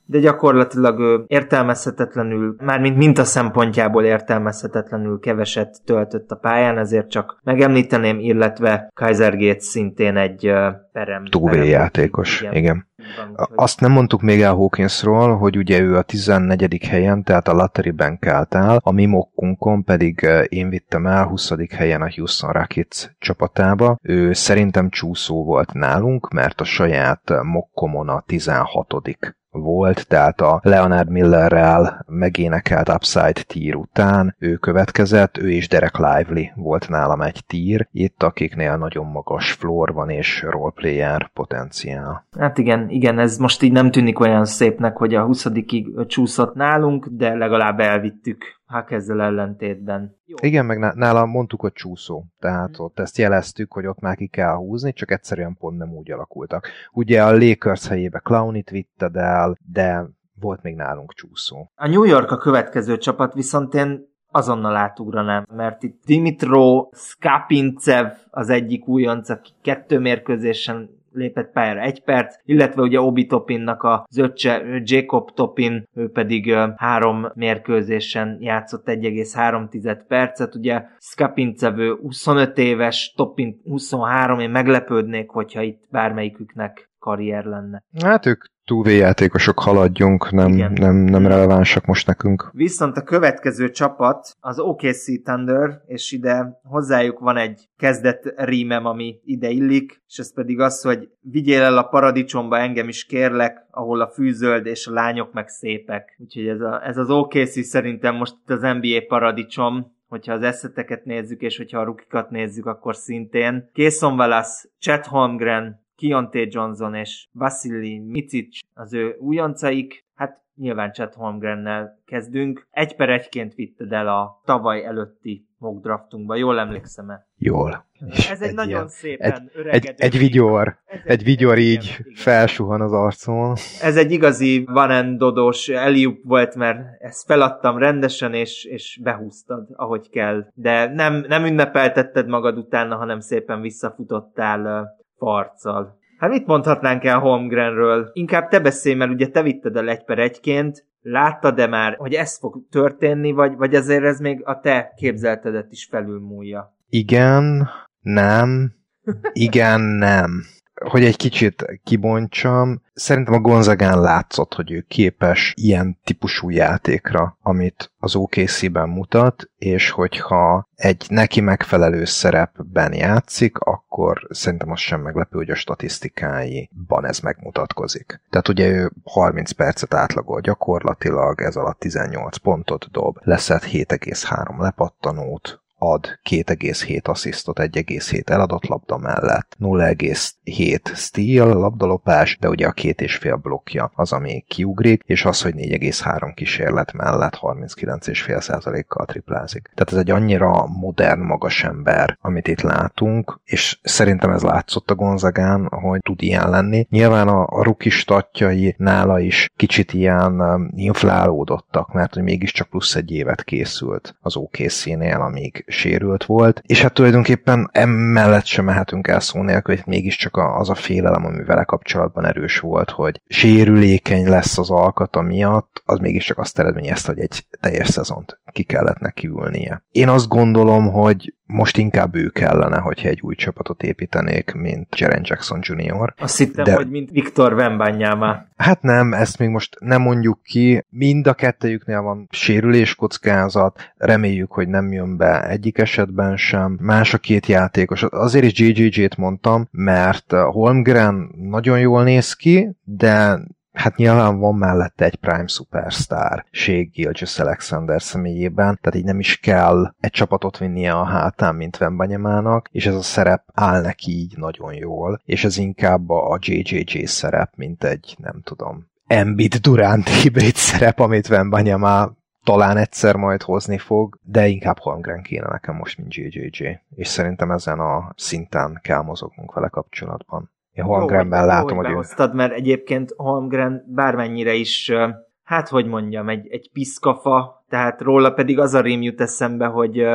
de gyakorlatilag ő értelmezhetetlenül, mármint minta szempontjából értelmezhetetlenül keveset töltött a pályán, ezért csak megemlíteném, illetve Kaiser Gates szintén egy uh, perem. Túvé játékos, igen. igen. Van, Azt nem mondtuk még el Hawkinsról, hogy ugye ő a tizennegyedik helyen, tehát a lotteryben kelt el, a mi mokkunkon pedig én vittem el huszadik helyen a Houston Rockets csapatába. Ő szerintem csúszó volt nálunk, mert a saját mokkomon a tizenhatodik volt, tehát a Leonard Millerrel megénekelt Upside tier után ő következett, ő és Derek Lively volt nálam egy tier, itt akiknél nagyon magas floor van és roleplayer potenciál. Hát igen, igen, ez most így nem tűnik olyan szépnek, hogy a huszadikig csúszott nálunk, de legalább elvittük. Hát ezzel ellentétben. Jó. Igen, meg nála mondtuk, hogy csúszó. Tehát hmm. ott ezt jeleztük, hogy ott már ki kell húzni, csak egyszerűen pont nem úgy alakultak. Ugye a Lakers helyébe Clowney-t vitted el, de volt még nálunk csúszó. A New York a következő csapat, viszont én azonnal átugranám, mert itt Dimitro Skapintsev az egyik újonc, aki kettő mérkőzésen lépett pályára egy perc, illetve ugye Obi Toppinnak az öccse Jacob Toppin, ő pedig három mérkőzésen játszott egy egész három percet, ugye Skapintsev huszonöt éves, Toppin huszonhárom, én meglepődnék, hogyha itt bármelyiküknek karrier lenne. Hát ők two-way játékosok, haladjunk, nem, nem, nem relevánsak most nekünk. Viszont a következő csapat az o ká cé Thunder, és ide hozzájuk van egy kezdet rímem, ami ide illik, és ez pedig az, hogy vigyél el a paradicsomba, engem is kérlek, ahol a fűzöld és a lányok meg szépek. Úgyhogy ez, a, ez az o ká cé szerintem most itt az en bé á paradicsom, hogyha az eszeteket nézzük, és hogyha a rukikat nézzük, akkor szintén. Cason Wallace, Chet Holmgren, Keontae Johnson és Vasili Micic az ő újoncaik. Hát nyilván Chet Holmgrennel kezdünk. Egy per egyként vitted el a tavaly előtti mock draftunkba. Jól emlékszem-e? Jól. Ez egy, egy nagyon ilyen, szépen egy, öregedő. Egy, egy vigyor. Egy, egy vigyor így igen, felsuhan az arcon. Ez egy igazi van-and-dodós eliup volt, mert ezt feladtam rendesen, és, és behúztad, ahogy kell. De nem, nem ünnepeltetted magad utána, hanem szépen visszafutottál uh, farccal. Hát mit mondhatnánk el Holmgrenről? Inkább te beszélj, mert ugye te vitted el egy per egyként, láttad-e már, hogy ez fog történni, vagy, vagy azért ez még a te képzeltedet is felülmúlja? Igen, nem, igen, nem. Hogy egy kicsit kibontsam, szerintem a Gonzagán látszott, hogy ő képes ilyen típusú játékra, amit az o ká cé-ben mutat, és hogyha egy neki megfelelő szerepben játszik, akkor szerintem az sem meglepő, hogy a statisztikáiban ez megmutatkozik. Tehát ugye ő harminc percet átlagol gyakorlatilag, ez alatt tizennyolc pontot dob, leszed hét egész három lepattanót, ad két egész hét asszisztot egy egész hét eladott labda mellett, nulla egész hét steal, labdalopás, de ugye a két és fél blokkja az, ami kiugrik, és az, hogy négy egész három kísérlet mellett harminckilenc egész öt százalékkal triplázik. Tehát ez egy annyira modern, magas ember, amit itt látunk, és szerintem ez látszott a Gonzagán, hogy tud ilyen lenni. Nyilván a, a rookie statjai nála is kicsit ilyen um, inflálódottak, mert hogy mégiscsak plusz egy évet készült az o ká cé-nél, amíg sérült volt, és hát tulajdonképpen emellett sem mehetünk el szó nélkül, hogy mégiscsak az a félelem, ami vele kapcsolatban erős volt, hogy sérülékeny lesz az alkata miatt, az mégiscsak azt eredményezte, hogy egy teljes szezont ki kellett neki ülnie. Én azt gondolom, hogy most inkább ő kellene, hogyha egy új csapatot építenék, mint Jaren Jackson junior Azt hittem, de... hogy mint Viktor Wembanyama. Hát nem, ezt még most nem mondjuk ki. Mind a kettejüknél van sérüléskockázat, reméljük, hogy nem jön be egyik esetben sem. Más a két játékos. Azért is jé jé jé-t mondtam, mert Holmgren nagyon jól néz ki, de hát nyilván van mellette egy prime superstar, Shai Gilgeous-Alexander személyében, tehát így nem is kell egy csapatot vinnie a hátán, mint Wembanyamának, és ez a szerep áll neki így nagyon jól, és ez inkább a jé jé jé szerep, mint egy, nem tudom, Embiid Durant hibrid szerep, amit Wembanyama talán egyszer majd hozni fog, de inkább Holmgren kéne nekem most, mint jé jé jé, és szerintem ezen a szinten kell mozognunk vele kapcsolatban. Én Holmgrenben látom, hogy behoztad, mert egyébként Holmgren bármennyire is, hát hogy mondjam, egy, egy piszkafa, tehát róla pedig az a rém jut eszembe, hogy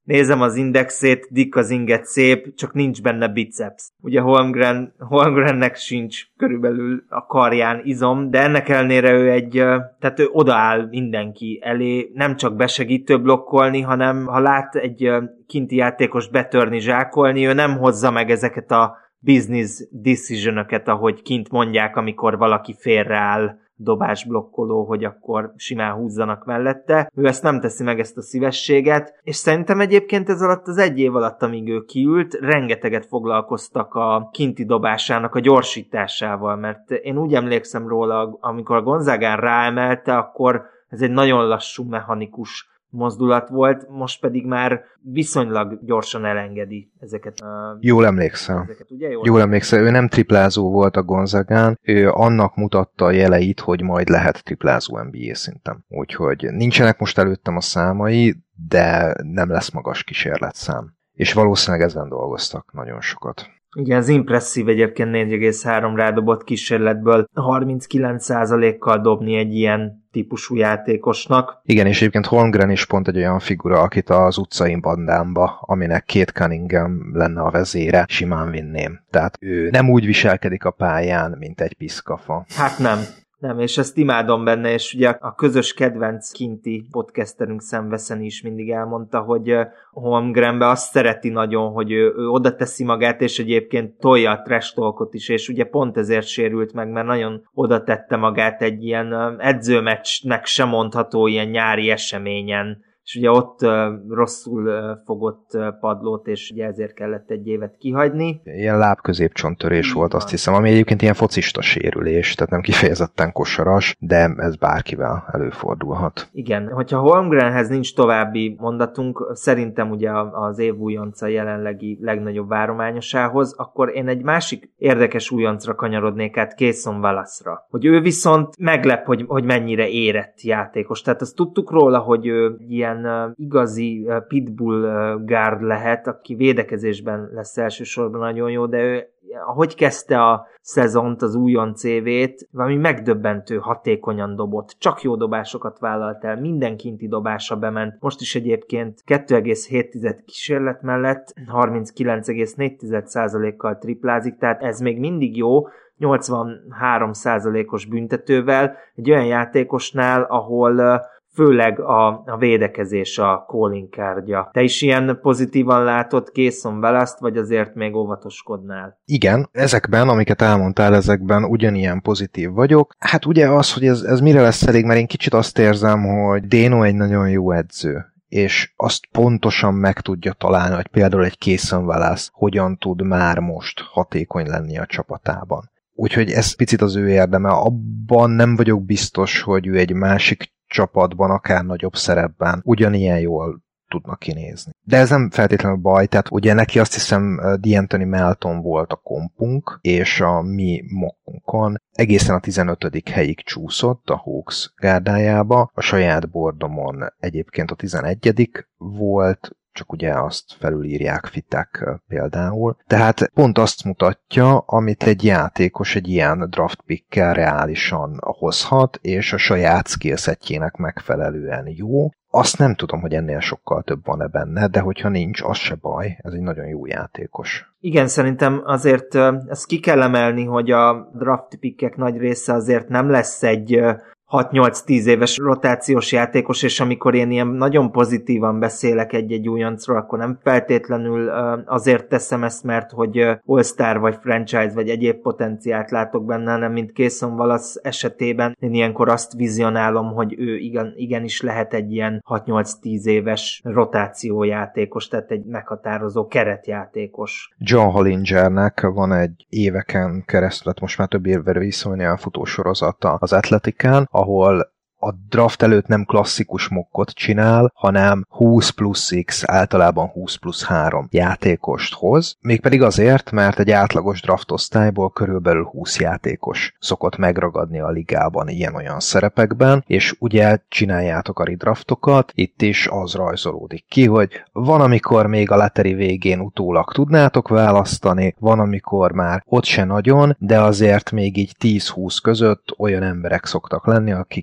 nézem az indexét, Dick az inget szép, csak nincs benne biceps. Ugye Holmgren, Holmgrennek sincs körülbelül a karján izom, de ennek ellenére ő egy, tehát ő odaáll mindenki elé, nem csak besegítő blokkolni, hanem ha lát egy kinti játékost betörni, zsákolni, ő nem hozza meg ezeket a business decision-öket, ahogy kint mondják, amikor valaki félreáll dobásblokkoló, hogy akkor simán húzzanak mellette. Ő ezt nem teszi meg, ezt a szívességet, és szerintem egyébként ez alatt az egy év alatt, amíg ő kiült, rengeteget foglalkoztak a kinti dobásának a gyorsításával, mert én úgy emlékszem róla, amikor a Gonzagán ráemelte, akkor ez egy nagyon lassú, mechanikus mozdulat volt, most pedig már viszonylag gyorsan elengedi ezeket. A... Jól emlékszem. Ezeket, ugye? Jól, Jól emlékszem, ő nem triplázó volt a Gonzagán, ő annak mutatta a jeleit, hogy majd lehet triplázó en bé á szinten. Úgyhogy nincsenek most előttem a számai, de nem lesz magas kísérletszám. És valószínűleg ezen dolgoztak nagyon sokat. Igen, az impresszív egyébként négy egész három rádobott kísérletből harminckilenc százalékkal dobni egy ilyen típusú játékosnak. Igen, és egyébként Holmgren is pont egy olyan figura, akit az utcai bandámba, aminek Kate Cunningham lenne a vezére, simán vinném. Tehát ő nem úgy viselkedik a pályán, mint egy piszkafa. Hát nem. Nem, és ezt imádom benne, és ugye a közös kedvenc kinti podcasterünk Sam Veszeni is mindig elmondta, hogy Holmgrenbe azt szereti nagyon, hogy ő, ő oda teszi magát, és egyébként tolja a trash talkot is, és ugye pont ezért sérült meg, mert nagyon oda tette magát egy ilyen edzőmeccsnek sem mondható ilyen nyári eseményen, és ugye ott uh, rosszul uh, fogott uh, padlót, és ugye ezért kellett egy évet kihagyni. Ilyen lábközépcsonttörés volt, azt hiszem, ami egyébként ilyen focista sérülés, tehát nem kifejezetten kosaras, de ez bárkivel előfordulhat. Igen, hogyha Holmgrenhez nincs további mondatunk, szerintem ugye az év újonca jelenlegi legnagyobb várományosához, akkor én egy másik érdekes újoncra kanyarodnék át, Cason Wallace-ra. Hogy ő viszont meglep, hogy, hogy mennyire érett játékos. Tehát azt tudtuk róla, hogy ő ilyen Uh, igazi uh, pitbull uh, guard lehet, aki védekezésben lesz elsősorban nagyon jó, de ő, ahogy kezdte a szezont, az újonc évét, valami megdöbbentő hatékonyan dobott, csak jó dobásokat vállalt el, minden kinti dobása bement. Most is egyébként kettő egész hét kísérlet mellett harminckilenc egész négy százalékkal triplázik, tehát ez még mindig jó, nyolcvanhárom százalékos büntetővel, egy olyan játékosnál, ahol uh, főleg a, a védekezés a calling cardja. Te is ilyen pozitívan látod Cason Wallace-t, vagy azért még óvatoskodnál? Igen, ezekben, amiket elmondtál, ezekben ugyanilyen pozitív vagyok. Hát ugye az, hogy ez, ez mire lesz elég, mert én kicsit azt érzem, hogy Dano egy nagyon jó edző, és azt pontosan meg tudja találni, hogy például egy Cason Wallace hogyan tud már most hatékony lenni a csapatában. Úgyhogy ez picit az ő érdeme. Abban nem vagyok biztos, hogy ő egy másik csapatban, akár nagyobb szerepben ugyanilyen jól tudnak kinézni. De ez nem feltétlenül baj, tehát ugye neki azt hiszem D'Anthony Melton volt a kompunk, és a mi mokkunkon egészen a tizenötödik helyig csúszott a Hawks gárdájába, a saját bordomon egyébként a tizenegyedik volt, csak ugye azt felülírják fitek például. Tehát pont azt mutatja, amit egy játékos egy ilyen draft pickkel reálisan hozhat, és a saját skillsetjének megfelelően jó. Azt nem tudom, hogy ennél sokkal több van-e benne, de hogyha nincs, az se baj, ez egy nagyon jó játékos. Igen, szerintem azért ezt ki kell emelni, hogy a draft pickek nagy része azért nem lesz egy hat-nyolc-tíz éves rotációs játékos, és amikor én ilyen nagyon pozitívan beszélek egy-egy újoncról, akkor nem feltétlenül azért teszem ezt, mert hogy All-Star vagy franchise vagy egyéb potenciált látok benne, hanem mint Cason Wallace esetében én ilyenkor azt vizionálom, hogy ő igen, igenis lehet egy ilyen hat-nyolc-tíz éves rotációjátékos, tehát egy meghatározó keretjátékos. John Hollingernek van egy éveken keresztül, most már több évvel visszamenni a futósorozata az Athleticán, ahol a draft előtt nem klasszikus mokkot csinál, hanem húsz plusz X, általában húsz plusz három játékost hoz, mégpedig azért, mert egy átlagos draft osztályból körülbelül húsz játékos szokott megragadni a ligában ilyen-olyan szerepekben, és ugye csináljátok a redraftokat, itt is az rajzolódik ki, hogy van, amikor még a leteri végén utólag tudnátok választani, van, amikor már ott se nagyon, de azért még így tíz-húsz között olyan emberek szoktak lenni, akik évek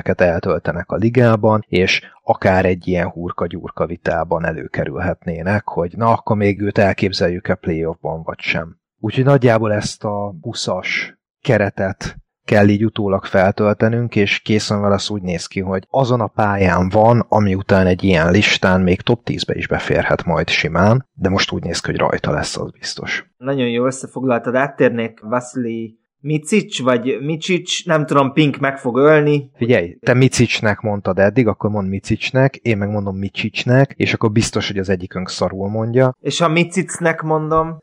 éveket eltöltenek a ligában, és akár egy ilyen hurka-gyurka vitában előkerülhetnének, hogy na, akkor még őt elképzeljük-e playoffban, vagy sem. Úgyhogy nagyjából ezt a huszas keretet kell így utólag feltöltenünk, és készen vele úgy néz ki, hogy azon a pályán van, ami után egy ilyen listán még top tízbe is beférhet majd simán, de most úgy néz ki, hogy rajta lesz, az biztos. Nagyon jó összefoglaltad, áttérnék Vasili Micic, vagy Micic, nem tudom, Pink meg fog ölni. Figyelj, te Micicnek mondtad eddig, akkor mond Micicnek, én meg mondom Micicnek, és akkor biztos, hogy az egyikünk szarul mondja. És ha Micicnek mondom?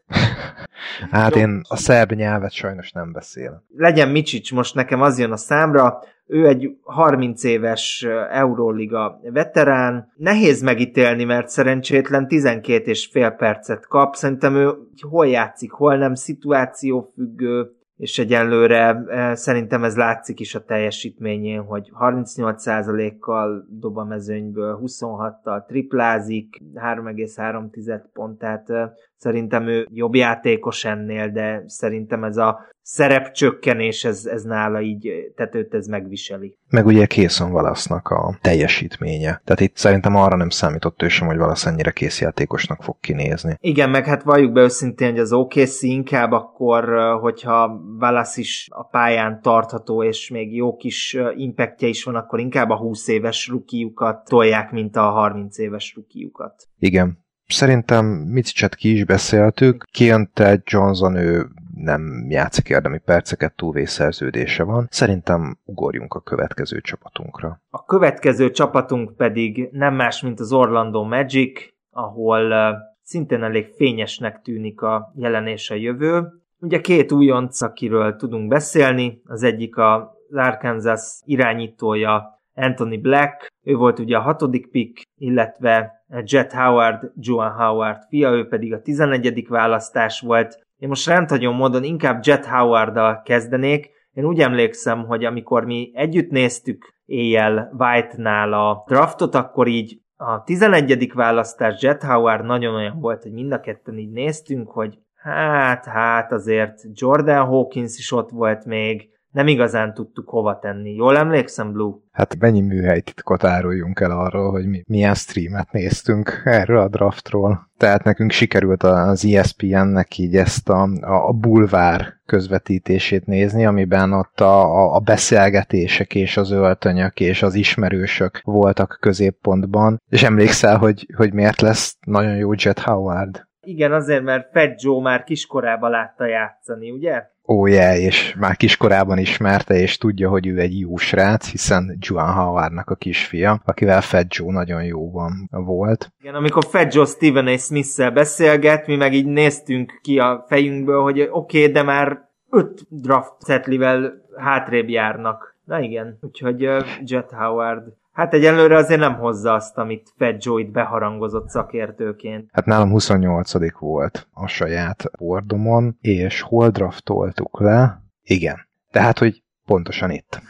Hát jó. Én a szerb nyelvet sajnos nem beszélem. Legyen Micic, most nekem az jön a számra. Ő egy harminc éves Euróliga veterán. Nehéz megítélni, mert szerencsétlen tizenkét és fél percet kap. Szerintem ő hol játszik, hol nem, szituációfüggő, és egyenlőre e, szerintem ez látszik is a teljesítményén, hogy harmincnyolc százalékkal dob a mezőnyből, huszonhattal triplázik, három egész három pont, tehát e, szerintem ő jobb játékos ennél, de szerintem ez a szerepcsökkenés, ez, ez nála így, tehát őt ez megviseli. Meg ugye Cason Wallace-nak a teljesítménye. Tehát itt szerintem arra nem számított ő sem, hogy Wallace ennyire készjátékosnak fog kinézni. Igen, meg hát valljuk be őszintén, hogy az o ká cé inkább akkor, hogyha Wallace is a pályán tartható, és még jó kis impactja is van, akkor inkább a húsz éves rukiukat tolják, mint a harminc éves rukiukat. Igen. Szerintem Micicet ki is beszéltük. Keontae Johnson, ő nem játszik érdemi perceket, túlvészszerződése van. Szerintem ugorjunk a következő csapatunkra. A következő csapatunk pedig nem más, mint az Orlando Magic, ahol uh, szintén elég fényesnek tűnik a jelen és a jövő. Ugye két újonc, akiről tudunk beszélni, az egyik az Arkansas irányítója Anthony Black, ő volt ugye a hatodik pick, illetve Jet Howard, Juwan Howard fia, ő pedig a tizennegyedik választás volt. Én most rendhagyó módon inkább Jet Howarddal kezdenék. Én úgy emlékszem, hogy amikor mi együtt néztük éjjel White-nál a draftot, akkor így a tizenegyedik választás Jet Howard nagyon olyan volt, hogy mind a ketten így néztünk, hogy hát, hát azért Jordan Hawkins is ott volt még, nem igazán tudtuk hova tenni. Jól emlékszem, Blue? Hát mennyi műhelytitkot áruljunk el arról, hogy mi, milyen streamet néztünk erről a draftról. Tehát nekünk sikerült az E S P N-nek így ezt a, a bulvár közvetítését nézni, amiben ott a, a beszélgetések és az öltönyök és az ismerősök voltak középpontban. És emlékszel, hogy, hogy miért lesz nagyon jó Jet Howard? Igen, azért, mert Fat Joe már kiskorában látta játszani, ugye? Ó, oh, yeah, és már kiskorában ismerte, és tudja, hogy ő egy jó srác, hiszen Juwan Howardnak a kisfia, akivel Fat Joe nagyon jóban volt. Igen, amikor Fat Joe Stephen A. Smith-szel beszélget, mi meg így néztünk ki a fejünkből, hogy oké, okay, de már öt draft setlivel hátrébb járnak. Na igen, úgyhogy uh, Jet Howard... Hát egyelőre azért nem hozza azt, amit Fat Joe itt beharangozott szakértőként. Hát nálam huszonnyolcadik volt a saját bordomon, és hol draftoltuk le? Igen. Tehát, hogy pontosan itt.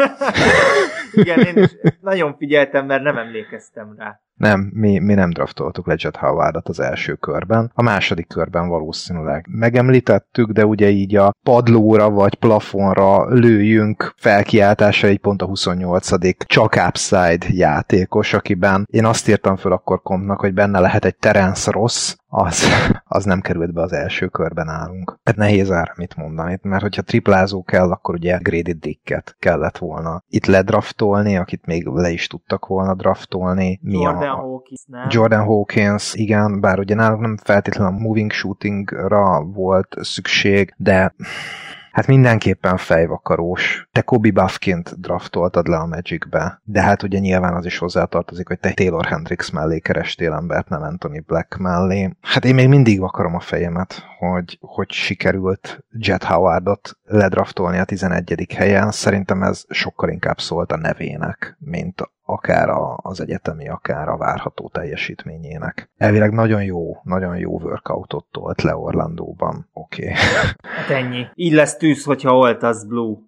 Igen, én is nagyon figyeltem, mert nem emlékeztem rá. Nem, mi, mi nem draftoltuk le Jet Howardot az első körben. A második körben valószínűleg megemlítettük, de ugye így a padlóra vagy plafonra lőjünk felkiáltásra egy pont a huszonnyolcadik csak upside játékos, akiben én azt írtam föl akkor kompnak, hogy benne lehet egy Terence Ross, az, az nem került be az első körben állunk. Hát nehéz erre mit mondani, mert hogyha triplázó kell, akkor ugye Grady Dicket kellett volna itt ledraftolni, akit még le is tudtak volna draftolni. Mi Jordan a... Hawkins, nem? Jordan Hawkins, igen, bár ugye náluk nem feltétlenül a moving shootingra volt szükség, de hát mindenképpen fejvakarós. Te Kobe Buffkint draftoltad le a Magicbe, de hát ugye nyilván az is hozzátartozik, hogy te Taylor Hendricks mellé kerestél embert, nem Anthony Black mellé. Hát én még mindig vakarom a fejemet, hogy, hogy sikerült Jet Howardot ledraftolni a tizenegyedik helyen. Szerintem ez sokkal inkább szólt a nevének, mint akár a, az egyetemi, akár a várható teljesítményének. Elvileg nagyon jó, nagyon jó workoutot tolt le Orlandóban. Oké. Okay. Hát ennyi. Így lesz tűz, hogyha oltasz, Blue. Most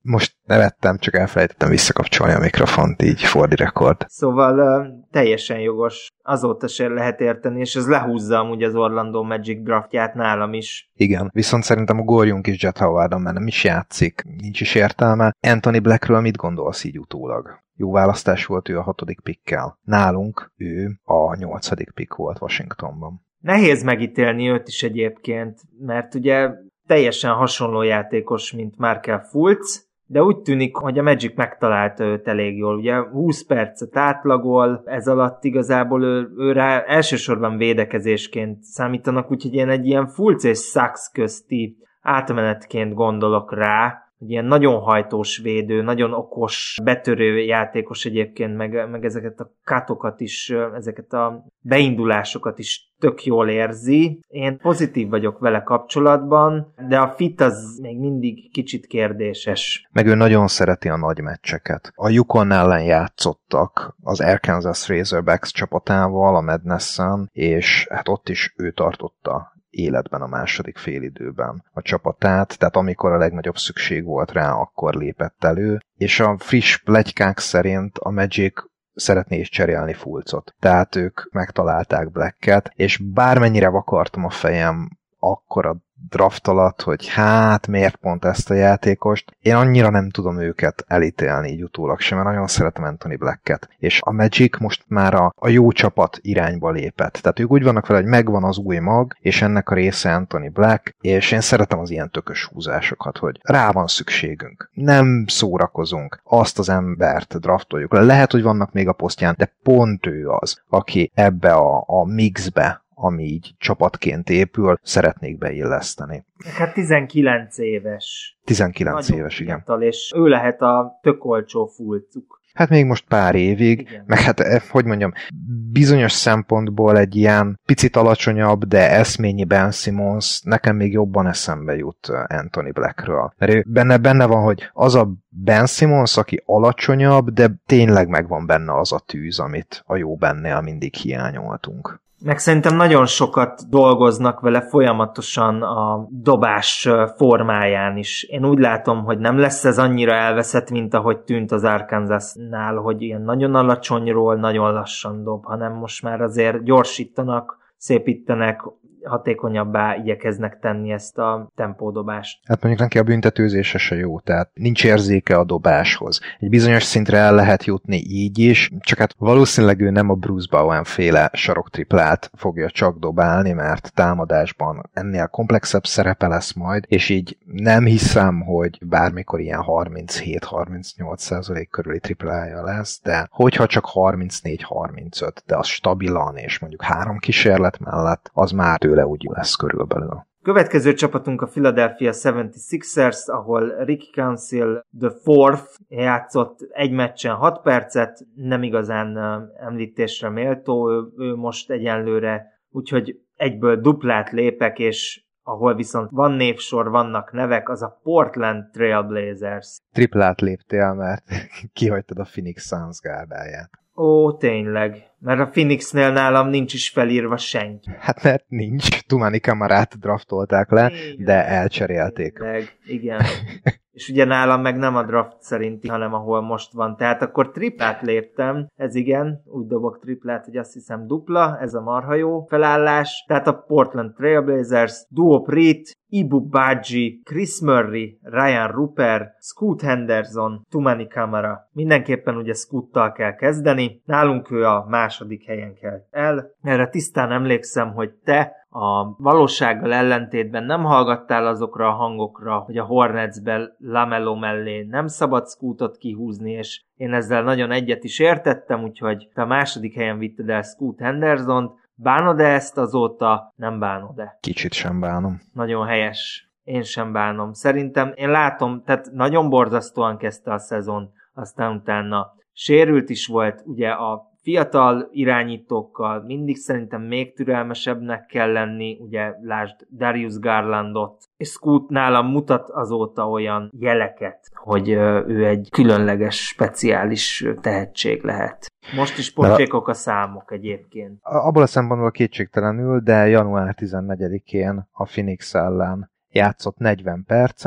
Nevettem, csak elfelejtettem visszakapcsolni a mikrofont, így for the record. Szóval uh, teljesen jogos. Azóta sem lehet érteni, és ez lehúzza amúgy az Orlando Magic draftját nálam is. Igen, viszont szerintem ugorjunk is Jett Howardon, mert nem is játszik, nincs is értelme. Anthony Blackről mit gondolsz így utólag? Jó választás volt ő a hatodik pickkel. Nálunk ő a nyolcadik pick volt Washingtonban. Nehéz megítélni őt is egyébként, mert ugye teljesen hasonló játékos, mint Markelle Fultz, de úgy tűnik, hogy a Magic megtalálta őt elég jól. Ugye húsz percet átlagol, ez alatt igazából ő, ő rá elsősorban védekezésként számítanak, úgyhogy én egy ilyen Fultz és Sachs közti átmenetként gondolok rá, hogy ilyen nagyon hajtós védő, nagyon okos, betörő játékos egyébként, meg, meg ezeket a katokat is, ezeket a beindulásokat is tök jól érzi. Én pozitív vagyok vele kapcsolatban, de a fit az még mindig kicsit kérdéses. Meg ő nagyon szereti a nagy meccseket. A Yukon ellen játszottak az Arkansas Razorbacks csapatával a Madnessen, és hát ott is ő tartotta életben a második félidőben a csapatát, tehát amikor a legnagyobb szükség volt rá, akkor lépett elő, és a friss pletykák szerint a Magic szeretné is cserélni Fultzot. Tehát ők megtalálták Blacket, és bármennyire vakartam a fejem akkor a draft alatt, hogy hát miért pont ezt a játékost, én annyira nem tudom őket elítélni így utólag sem, mert nagyon szeretem Anthony Blacket. És a Magic most már a, a jó csapat irányba lépett. Tehát ők úgy vannak vele, hogy megvan az új mag, és ennek a része Anthony Black, és én szeretem az ilyen tökös húzásokat, hogy rá van szükségünk. Nem szórakozunk, azt az embert draftoljuk le. Lehet, hogy vannak még a posztján, de pont ő az, aki ebbe a, a mixbe, ami így csapatként épül, szeretnék beilleszteni. Hát tizenkilenc éves. tizenkilenc nagyon éves, igen. Fiatal, és ő lehet a tök olcsó Fultzuk. Hát még most pár évig, igen. Meg hát, hogy mondjam, bizonyos szempontból egy ilyen picit alacsonyabb, de eszményi Ben Simmons nekem még jobban eszembe jut Anthony Blackről. Mert ő benne, benne van, hogy az a Ben Simmons, aki alacsonyabb, de tényleg megvan benne az a tűz, amit a jó bennél mindig hiányoltunk. Meg szerintem nagyon sokat dolgoznak vele folyamatosan a dobás formáján is. Én úgy látom, hogy nem lesz ez annyira elveszett, mint ahogy tűnt az Arkansasnál, hogy ilyen nagyon alacsonyról nagyon lassan dob, hanem most már azért gyorsítanak, szépítenek, hatékonyabbá igyekeznek tenni ezt a tempódobást. Hát mondjuk neki a büntetőzése se jó, tehát nincs érzéke a dobáshoz. Egy bizonyos szintre el lehet jutni így is, csak hát valószínűleg ő nem a Bruce Bowen féle saroktriplát fogja csak dobálni, mert támadásban ennél komplexebb szerepe lesz majd, és így nem hiszem, hogy bármikor ilyen harminchét-harmincnyolc százalék körüli triplája lesz, de hogyha csak harmincnégy harmincöt, de az stabilan, és mondjuk három kísérlet mellett, az már tőle úgy lesz körülbelül. Következő csapatunk a Philadelphia hetvenhatosers, ahol Rick Council the fourth játszott egy meccsen hat percet, nem igazán említésre méltó, ő, ő most egyenlőre, úgyhogy egyből duplát lépek, és ahol viszont van névsor, vannak nevek, az a Portland Trail Blazers. Triplát léptél, mert kihagytad a Phoenix Suns gárdáját. Ó, tényleg. Mert a Phoenixnél nálam nincs is felírva senki. Hát mert nincs. Tumani Kamarát draftolták le, igen, de elcserélték. Tényleg, igen. És ugye nálam meg nem a draft szerinti, hanem ahol most van. Tehát akkor triplát léptem, ez igen, úgy dobok triplát, hogy azt hiszem dupla, ez a marha jó felállás. Tehát a Portland Trailblazers, Duo Prit, Ibu Badji, Chris Murray, Ryan Rupert, Scoot Henderson, Tumani Kamara. Mindenképpen ugye Scoottal kell kezdeni. Nálunk ő a második helyen kell el. Erre tisztán emlékszem, hogy te a valósággal ellentétben nem hallgattál azokra a hangokra, hogy a Hornetsben LaMelo mellé nem szabad Scootot kihúzni, és én ezzel nagyon egyet is értettem, úgyhogy te a második helyen vitted el Scoot Hendersont. Bánod-e ezt azóta? Nem bánod-e? Kicsit sem bánom. Nagyon helyes. Én sem bánom. Szerintem én látom, tehát nagyon borzasztóan kezdte a szezon, aztán utána sérült is volt, ugye a fiatal irányítókkal mindig szerintem még türelmesebbnek kell lenni, ugye lásd Darius Garlandot, és Scoot nálam mutat azóta olyan jeleket, hogy ő egy különleges, speciális tehetség lehet. Most is pocsékok a számok egyébként. Abból a szempontból kétségtelenül, de január tizennegyedikén a Phoenix ellen játszott negyven percet,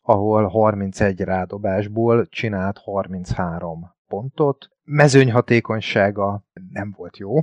ahol harmincegy rádobásból csinált harminchárom pontot. Mezőnyhatékonysága nem volt jó.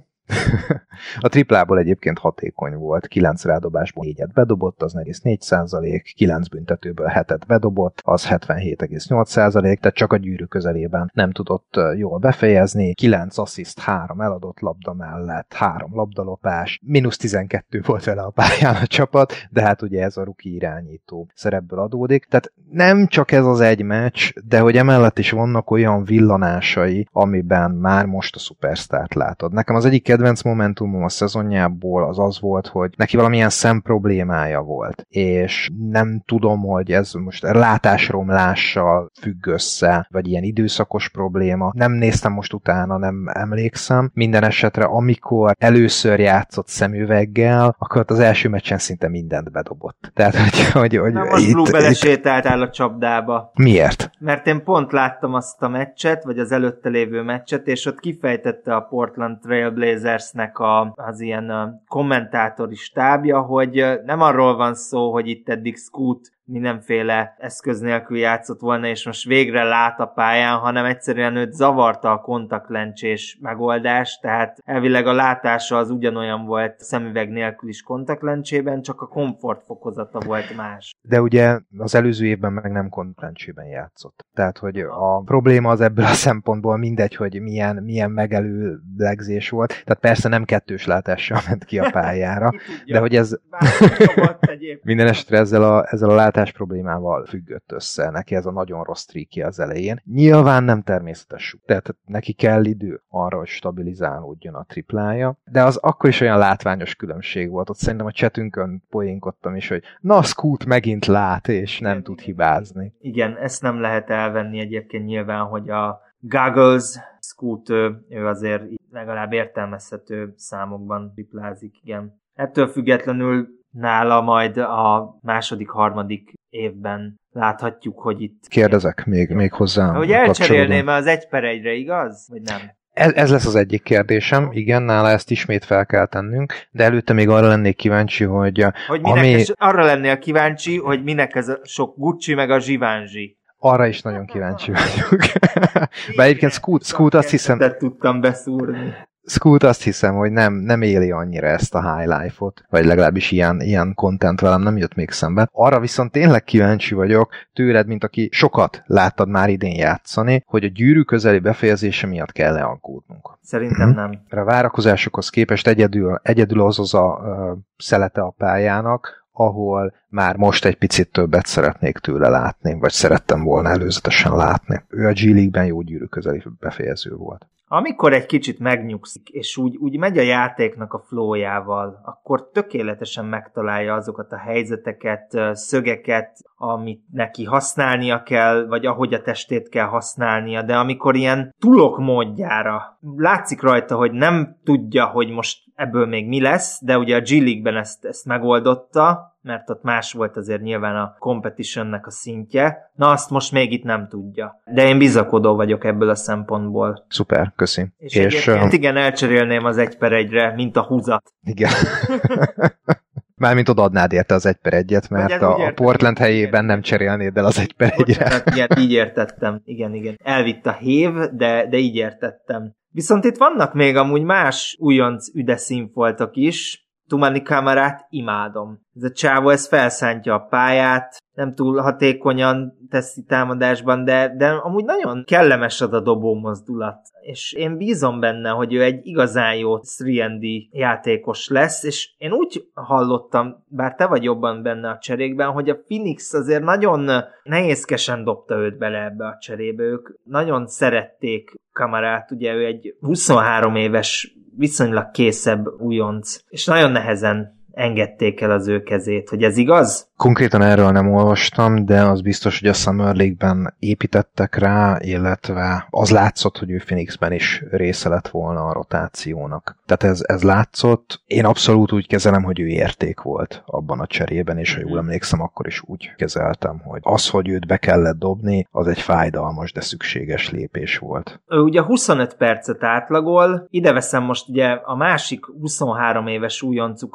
A triplából egyébként hatékony volt, kilenc rádobásból négyet bedobott, az négy egész négy százalék, kilenc büntetőből hetet bedobott, az hetvenhét egész nyolc százalék, tehát csak a gyűrű közelében nem tudott jól befejezni, kilenc assziszt, három eladott labda mellett, három labdalopás, mínusz tizenkettő volt vele a pályán a csapat, de hát ugye ez a rookie irányító szerepből adódik, tehát nem csak ez az egy meccs, de hogy emellett is vannak olyan villanásai, amiben már most a szupersztárt látod. Nekem az egyik kedvenc momentumom a szezonjából az az volt, hogy neki valamilyen szemproblémája volt, és nem tudom, hogy ez most látásromlással függ össze, vagy ilyen időszakos probléma. Nem néztem most utána, nem emlékszem. Minden esetre, amikor először játszott szemüveggel, akkor az első meccsen szinte mindent bedobott. Tehát, hogy... hogy, hogy Na most Blue belesétáltál a csapdába. Miért? Mert én pont láttam azt a meccset, vagy az előtte lévő meccset, és ott kifejtette a Portland Trail Blazersnek a, az ilyen kommentátori stábja, hogy nem arról van szó, hogy itt eddig Scoot mindenféle eszköz nélkül játszott volna, és most végre lát a pályán, hanem egyszerűen őt zavarta a kontaktlencsés megoldás, tehát elvileg a látása az ugyanolyan volt szemüveg nélkül is kontaktlencsében, csak a komfortfokozata volt más. De ugye az előző évben meg nem kontaktlencsében játszott. Tehát, hogy a probléma az ebből a szempontból mindegy, hogy milyen, milyen megelőlegzés volt. Tehát persze nem kettős látással ment ki a pályára, de hogy ez minden esetre ezzel a, ezzel a látás problémával függött össze. Neki ez a nagyon rossz streakje az elején. Nyilván nem természetes. Tehát neki kell idő arra, hogy stabilizálódjon a triplája, de az akkor is olyan látványos különbség volt. Ott szerintem a chatünkön poénkodtam is, hogy na, Scoot megint lát, és nem igen, tud hibázni. Igen, ezt nem lehet elvenni egyébként nyilván, hogy a Goggles, Scoot, ő azért legalább értelmezhető számokban triplázik, igen. Ettől függetlenül nála majd a második, harmadik évben láthatjuk, hogy itt... Kérdezek még, még hozzá. Hogy elcserélném az egy per egyre, igaz? Vagy nem? Ez, ez lesz az egyik kérdésem, igen, nála ezt ismét fel kell tennünk, de előtte még arra lennék kíváncsi, hogy... Hogy minek ami... ez, arra lennél kíváncsi, hogy minek ez a sok Gucci meg a Givenchy. Arra is nagyon kíváncsi vagyok. Bár egyébként Scoot, Scoot azt hiszem... tudtam beszúrni. Scoot azt hiszem, hogy nem, nem éli annyira ezt a high life-ot, vagy legalábbis ilyen, ilyen content velem nem jött még szembe. Arra viszont tényleg kíváncsi vagyok tőled, mint aki sokat láttad már idén játszani, hogy a gyűrű közeli befejezése miatt kell-e aggódnunk. Szerintem hm. nem. A várakozásokhoz képest egyedül, egyedül az az a uh, szelete a pályának, ahol már most egy picit többet szeretnék tőle látni, vagy szerettem volna előzetesen látni. Ő a G League-ben jó gyűrű közeli befejező volt. Amikor egy kicsit megnyugszik, és úgy, úgy megy a játéknak a flowjával, akkor tökéletesen megtalálja azokat a helyzeteket, szögeket, amit neki használnia kell, vagy ahogy a testét kell használnia, de amikor ilyen tulok módjára látszik rajta, hogy nem tudja, hogy most ebből még mi lesz, de ugye a G League-ben ezt, ezt megoldotta, mert ott más volt azért nyilván a competitionnek a szintje. Na, azt most még itt nem tudja. De én bizakodó vagyok ebből a szempontból. Szuper, köszi. És, és uh... igen, elcserélném az egy per egyre, mint a húzat. Igen. Mármint odaadnád érte az egy per egyet, mert a, a Portland helyében nem cserélnéd el az egy per egyre. Igen, így értettem. Igen, igen. Elvitt a hév, de, de így értettem. Viszont itt vannak még amúgy más újonc üde színfoltok is. Tumani Camarát imádom. Ez a csávó, ez felszántja a pályát, nem túl hatékonyan teszi támadásban, de, de amúgy nagyon kellemes az a dobó mozdulat. És én bízom benne, hogy ő egy igazán jó három dé játékos lesz, és én úgy hallottam, bár te vagy jobban benne a cserékben, hogy a Phoenix azért nagyon nehézkesen dobta őt bele ebbe a cserébe. Ők nagyon szerették Camarát, ugye ő egy huszonhárom éves viszonylag készebb újonc, és nagyon nehezen engedték el az ő kezét, hogy ez igaz? Konkrétan erről nem olvastam, de az biztos, hogy a Summer League-ben építettek rá, illetve az látszott, hogy ő Phoenixben is része lett volna a rotációnak. Tehát ez, ez látszott. Én abszolút úgy kezelem, hogy ő érték volt abban a cserében, és ha jól emlékszem, akkor is úgy kezeltem, hogy az, hogy őt be kellett dobni, az egy fájdalmas, de szükséges lépés volt. Ő ugye huszonöt percet átlagol, ide veszem most ugye a másik huszonhárom éves újoncukat,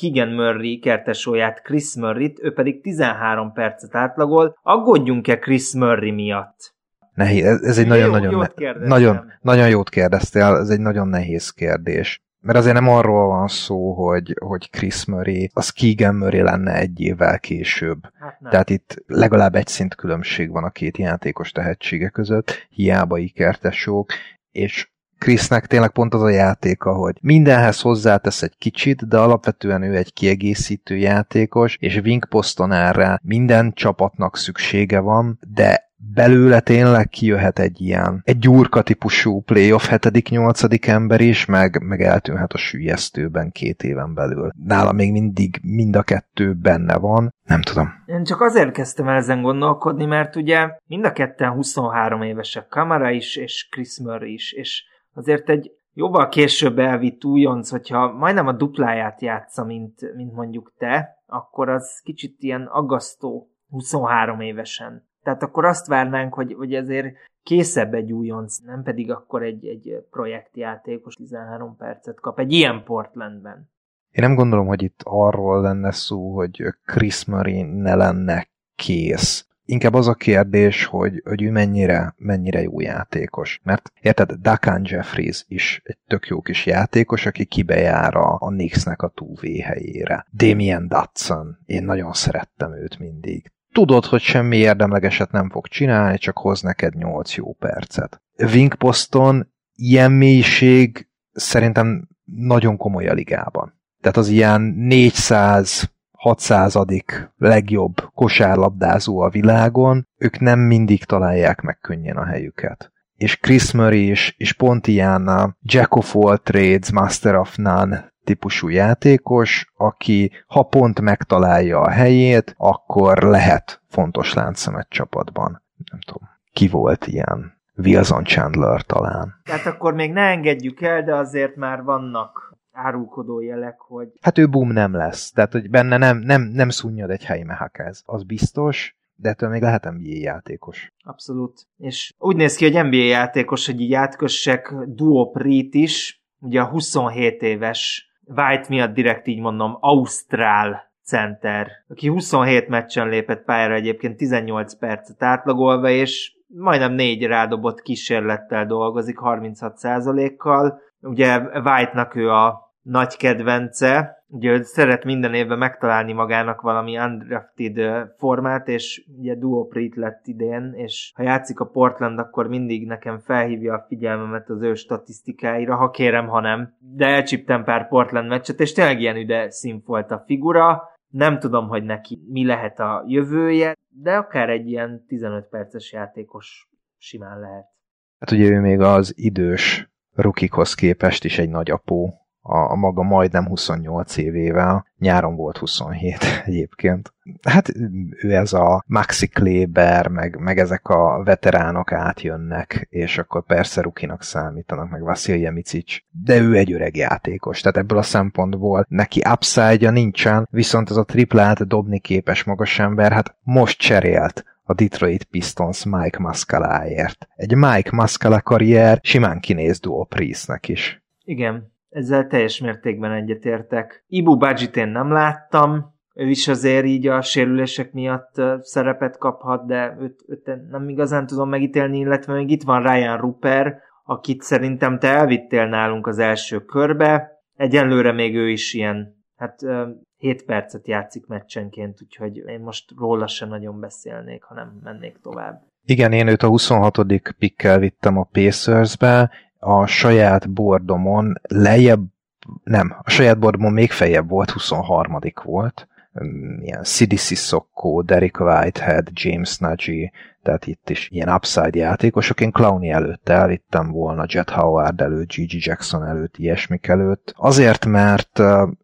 Keegan Murray kertesóját, Chris Murrayt, ő pedig tizenhárom percet átlagol. Aggódjunk-e Chris Murray miatt? Nehéz, ez, ez egy Jó, nagyon-nagyon jót ne- nagyon, nagyon jót kérdeztél, ez egy nagyon nehéz kérdés. Mert azért nem arról van szó, hogy, hogy Chris Murray, az Keegan Murray lenne egy évvel később. Hát Tehát itt legalább egy szint különbség van a két játékos tehetsége között, hiába ikertesók, és Chrisnek tényleg pont az a játéka, hogy mindenhez hozzátesz egy kicsit, de alapvetően ő egy kiegészítő játékos, és wingposton erre minden csapatnak szüksége van, de belőle tényleg kijöhet egy ilyen, egy gyurka típusú playoff hetedik nyolcadik ember is, meg, meg eltűnhet a süllyesztőben két éven belül. Nála még mindig mind a kettő benne van, nem tudom. Én csak azért kezdtem el ezen gondolkodni, mert ugye mind a ketten huszonhárom évesek, Kamara is, és Chris Murray is, és azért egy jóval később elvitt újonc, hogyha majdnem a dupláját játsza, mint, mint mondjuk te, akkor az kicsit ilyen aggasztó huszonhárom évesen. Tehát akkor azt várnánk, hogy, hogy ezért készebb egy újonc, nem pedig akkor egy, egy projektjátékos tizenhárom percet kap egy ilyen Portlandben. Én nem gondolom, hogy itt arról lenne szó, hogy Chris Murray ne lenne kész. Inkább az a kérdés, hogy, hogy ő mennyire, mennyire jó játékos. Mert érted, Duncan Jeffries is egy tök jó kis játékos, aki kibejár a, a Knicksnek a two way helyére. Damian Dotson, én nagyon szerettem őt mindig. Tudod, hogy semmi érdemlegeset nem fog csinálni, csak hoz neked nyolc jó percet. Wingposton ilyen mélység szerintem nagyon komoly a ligában. Tehát az ilyen négyszáz hatszázadik legjobb kosárlabdázó a világon, ők nem mindig találják meg könnyen a helyüket. És Chris Murray is, és pont ilyen Jack of all trades, master of none típusú játékos, aki ha pont megtalálja a helyét, akkor lehet fontos láncszemet csapatban. Nem tudom, ki volt ilyen? Wilson Chandler talán. Tehát akkor még ne engedjük el, de azért már vannak árulkodó jelek, hogy... Hát ő boom nem lesz. Tehát, hogy benne nem, nem, nem szunnyad egy helyi mehakez. Az biztos, de ettől még lehet en bé á játékos. Abszolút. És úgy néz ki, hogy en bé á játékos, hogy így átkössek Duoprit is, ugye a huszonhét éves White miatt direkt így mondom, ausztrál center, aki huszonhét meccsen lépett pályára, egyébként tizennyolc percet átlagolva, és majdnem négy rádobott kísérlettel dolgozik, harminchat százalékkal. Ugye White-nak ő a nagy kedvence, ugye ő szeret minden évben megtalálni magának valami undrafted formát, és ugye Duoprit lett idén, és ha játszik a Portland, akkor mindig nekem felhívja a figyelmemet az ő statisztikáira, ha kérem, ha nem. De elcsíptem pár Portland meccset, és tényleg ilyen üde szín volt a figura. Nem tudom, hogy neki mi lehet a jövője, de akár egy ilyen tizenöt perces játékos simán lehet. Hát ugye ő még az idős rukikhoz képest is egy nagyapó, a, a maga majdnem huszonnyolc évével, nyáron volt huszonhét egyébként. Hát ő ez a Maxi Kleber, meg, meg ezek a veteránok átjönnek, és akkor persze rukinak számítanak, meg Vasilije Micic, de ő egy öreg játékos, tehát ebből a szempontból neki upside-ja nincsen, viszont ez a triplát dobni képes magas ember, hát most cserélt a Detroit Pistons Mike Muscalaért. Egy Mike Muscala karrier simán kinéz Duoprisnek is. Igen, ezzel teljes mértékben egyetértek. Ibu Badgit én nem láttam, ő is azért így a sérülések miatt szerepet kaphat, de őt, őt nem igazán tudom megítélni, illetve még itt van Ryan Ruper, akit szerintem te elvittél nálunk az első körbe. Egyenlőre még ő is ilyen, hát hét percet játszik meccsenként, úgyhogy én most róla sem nagyon beszélnék, hanem mennék tovább. Igen, én őt a huszonhatodik pickkel vittem a Pacersbe, a saját bordomon lejjebb, nem, a saját bordomon még feljebb volt, huszonharmadik volt. Ilyen Sidi Sissoko, Derek Whitehead, James Nagy, tehát itt is ilyen upside játékosok. Én Clowney előtt elvittem volna, Jet Howard előtt, Gigi Jackson előtt, ilyesmik előtt. Azért, mert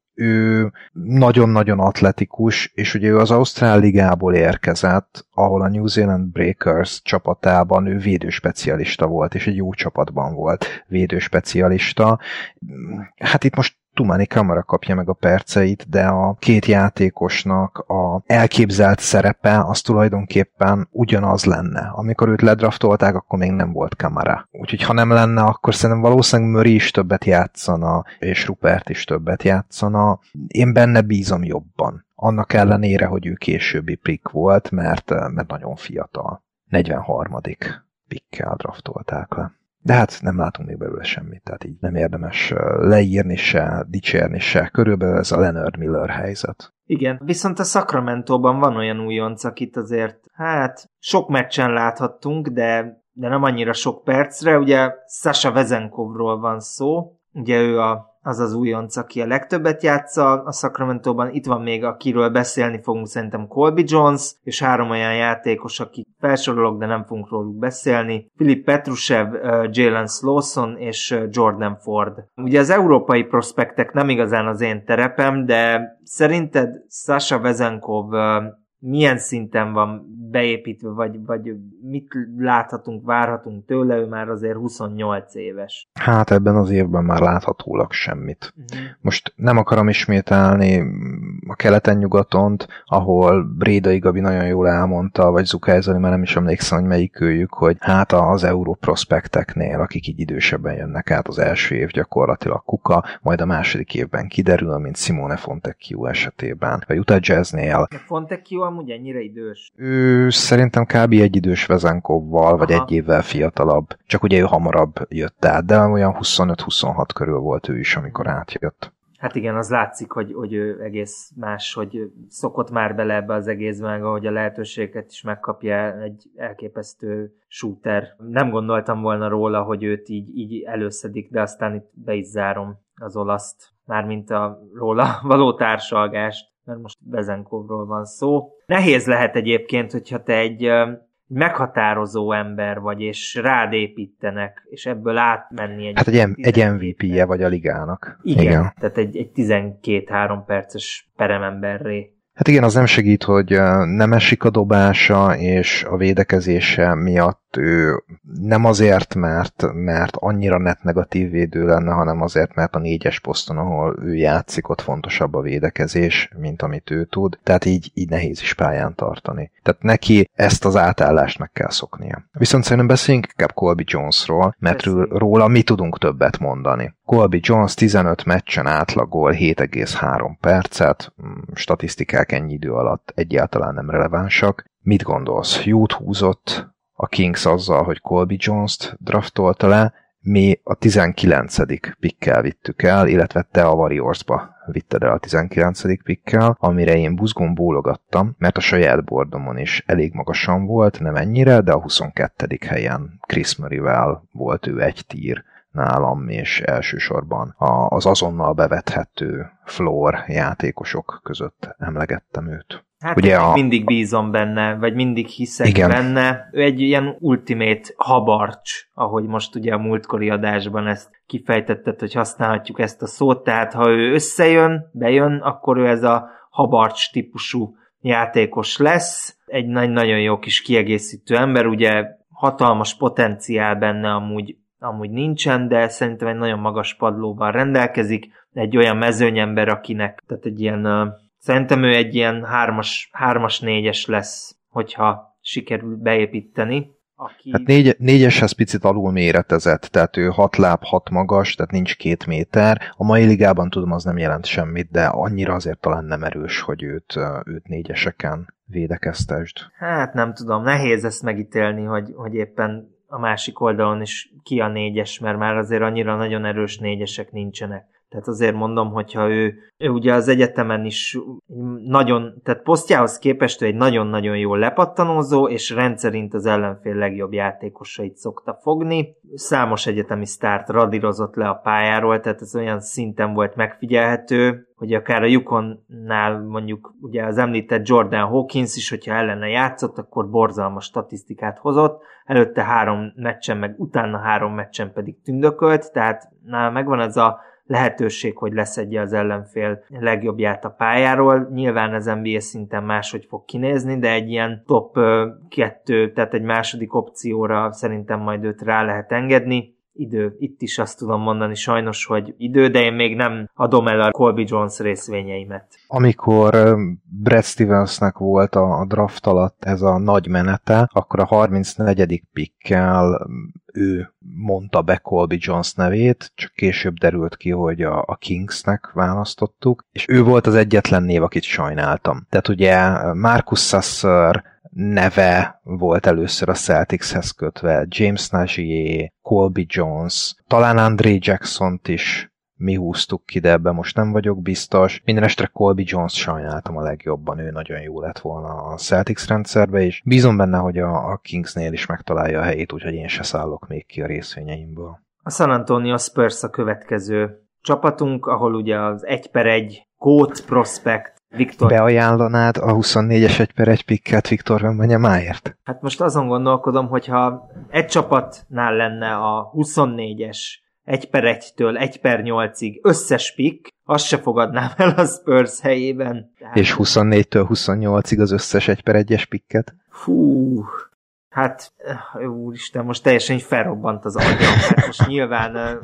ő nagyon-nagyon atletikus, és ugye ő az Ausztrál ligából érkezett, ahol a New Zealand Breakers csapatában ő védőspecialista volt, és egy jó csapatban volt védőspecialista. Hát itt most Toumani Camara kapja meg a perceit, de a két játékosnak a elképzelt szerepe az tulajdonképpen ugyanaz lenne. Amikor őt ledraftolták, akkor még nem volt Camara. Úgyhogy ha nem lenne, akkor szerintem valószínűleg Murray is többet játszana, és Rupert is többet játszana. Én benne bízom jobban. Annak ellenére, hogy ő későbbi pick volt, mert, mert nagyon fiatal. negyvenharmadik pickkel draftolták le. De hát nem látunk még belőle semmit, tehát így nem érdemes leírni se, dicsérni se. Körülbelül ez a Leonard Miller helyzet. Igen, viszont a Sacramento-ban van olyan újonc, akit azért, hát sok meccsen láthattunk, de, de nem annyira sok percre. Ugye Sasha Vezenkovról van szó, ugye ő a az az újonc, aki a legtöbbet játsza a Sacramento-ban. Itt van még, akiről beszélni fogunk, szerintem Colby Jones, és három olyan játékos, akik felsorolok, de nem fogunk róluk beszélni. Filip Petrusev, Jalen Slawson és Jordan Ford. Ugye az európai prospektek nem igazán az én terepem, de szerinted Sasha Vezenkov milyen szinten van beépítve, vagy, vagy mit láthatunk, várhatunk tőle, ő már azért huszonnyolc éves. Hát ebben az évben már láthatólag semmit. Uh-huh. Most nem akarom ismételni a keleten-nyugatont, ahol Brédai Gabi nagyon jól elmondta, vagy Zukály Zoli, már nem is emlékszem, hogy melyik őjük, hogy hát az Europrospekteknél, akik így idősebben jönnek át, az első év gyakorlatilag kuka, majd a második évben kiderül, mint Simone Fontecchio esetében, vagy Utah Jazznél. Fontecchio amúgy ennyire idős? Ő szerintem kb. Egy idős Vezenkovval, vagy Aha. egy évvel fiatalabb. Csak ugye ő hamarabb jött át, de olyan huszonöt-huszonhat körül volt ő is, amikor átjött. Hát igen, az látszik, hogy, hogy ő egész más, hogy szokott már bele ebbe az egészbe, meg ahogy a lehetőséget is megkapja, egy elképesztő shooter. Nem gondoltam volna róla, hogy őt így, így előszedik, de aztán itt be is zárom az olaszt, mármint a róla való társalgást, mert most Vezenkovról van szó. Nehéz lehet egyébként, hogyha te egy meghatározó ember vagy, és rád építenek, és ebből átmenni egy... Hát egy, egy em vé pé-je vagy a ligának. Igen, igen. Tehát egy, egy tizenkét-három perces perememberré. Hát igen, az nem segít, hogy nem esik a dobása, és a védekezése miatt ő nem azért, mert, mert annyira net negatív védő lenne, hanem azért, mert a négyes poszton, ahol ő játszik, ott fontosabb a védekezés, mint amit ő tud. Tehát így, így nehéz is pályán tartani. Tehát neki ezt az átállást meg kell szoknia. Viszont szerintem beszéljünk inkább Colby Jonesról, mert Beszéljük. róla mi tudunk többet mondani. Colby Jones tizenöt meccsen átlagol hét egész három percet, statisztikák ennyi idő alatt egyáltalán nem relevánsak. Mit gondolsz? Jót húzott a Kings azzal, hogy Colby Jones-t draftolta le, mi a tizenkilencedik pickkel vittük el, illetve te a Warriorsba vitted el a tizenkilencedik pickkel, amire én buzgón bólogattam, mert a saját bordomon is elég magasan volt, nem ennyire, de a huszonkettedik helyen Chris Murrayvel volt ő egy tír nálam, és elsősorban az azonnal bevethető floor játékosok között emlegettem őt. Hát ugye a... mindig bízom benne, vagy mindig hiszek Igen. benne. Ő egy ilyen ultimate habarcs, ahogy most ugye a múltkori adásban ezt kifejtetted, hogy használhatjuk ezt a szót, tehát ha ő összejön, bejön, akkor ő ez a habarcs típusú játékos lesz. Egy nagyon jó kis kiegészítő ember, ugye hatalmas potenciál benne amúgy amúgy nincsen, de szerintem egy nagyon magas padlóval rendelkezik, egy olyan mezőnyember, akinek, tehát egy ilyen, uh, szerintem ő egy ilyen hármas, hármas négyes lesz, hogyha sikerül beépíteni. Aki... Hát négy, négyeshez picit alul méretezett, tehát ő hat láb, hat magas, tehát nincs két méter. A mai ligában tudom, az nem jelent semmit, de annyira azért talán nem erős, hogy őt, őt négyeseken védekeztesd. Hát nem tudom, nehéz ezt megítélni, hogy, hogy éppen a másik oldalon is ki a négyes, mert már azért annyira nagyon erős négyesek nincsenek. Tehát azért mondom, hogyha ő, ő ugye az egyetemen is nagyon, tehát posztjához képest ő egy nagyon-nagyon jól lepattanózó, és rendszerint az ellenfél legjobb játékosait szokta fogni. Számos egyetemi sztárt radírozott le a pályáról, tehát ez olyan szinten volt megfigyelhető, hogy akár a Yukonnál mondjuk ugye az említett Jordan Hawkins is, hogyha ellene játszott, akkor borzalmas statisztikát hozott, előtte három meccsen, meg utána három meccsen pedig tündökölt, tehát nála megvan ez a lehetőség, hogy leszedje az ellenfél legjobbját a pályáról. Nyilván az en bé á szinten máshogy fog kinézni, de egy ilyen top kettő, tehát egy második opcióra szerintem majd őt rá lehet engedni. idő. Itt is azt tudom mondani sajnos, hogy idő, de én még nem adom el a Colby Jones részvényeimet. Amikor Brad Stevensnek volt a draft alatt ez a nagy menete, akkor a harmincnegyedik pickkel ő mondta be Colby Jones nevét, csak később derült ki, hogy a, a Kingsnek választottuk, és ő volt az egyetlen név, akit sajnáltam. Tehát ugye Marcus Sasser neve volt először a Celticshez kötve, James Nagier, Colby Jones, talán Andre Jacksont is mi húztuk ki, de ebben most nem vagyok biztos. Mindenestre Colby Jones sajnáltam a legjobban, ő nagyon jó lett volna a Celtics rendszerbe, és bízom benne, hogy a, a Kingsnél is megtalálja a helyét, úgyhogy én se szállok még ki a részvényeimből. A San Antonio Spurs a következő csapatunk, ahol ugye az egy per egy GOAT prospect Viktor... Beajánlanád a huszonnégyes egy per egy picket Viktor Wembanyamaért? Hát most azon gondolkodom, hogyha egy csapatnál lenne a huszonnégyes egy per egytől egy per nyolcig összes pick, azt se fogadnám el a Spurs helyében. Tehát... És huszonnégytől huszonnyolcig az összes egy per egyes picket? Fú, hát úristen, most teljesen így felrobbant az agyam. Hát most nyilván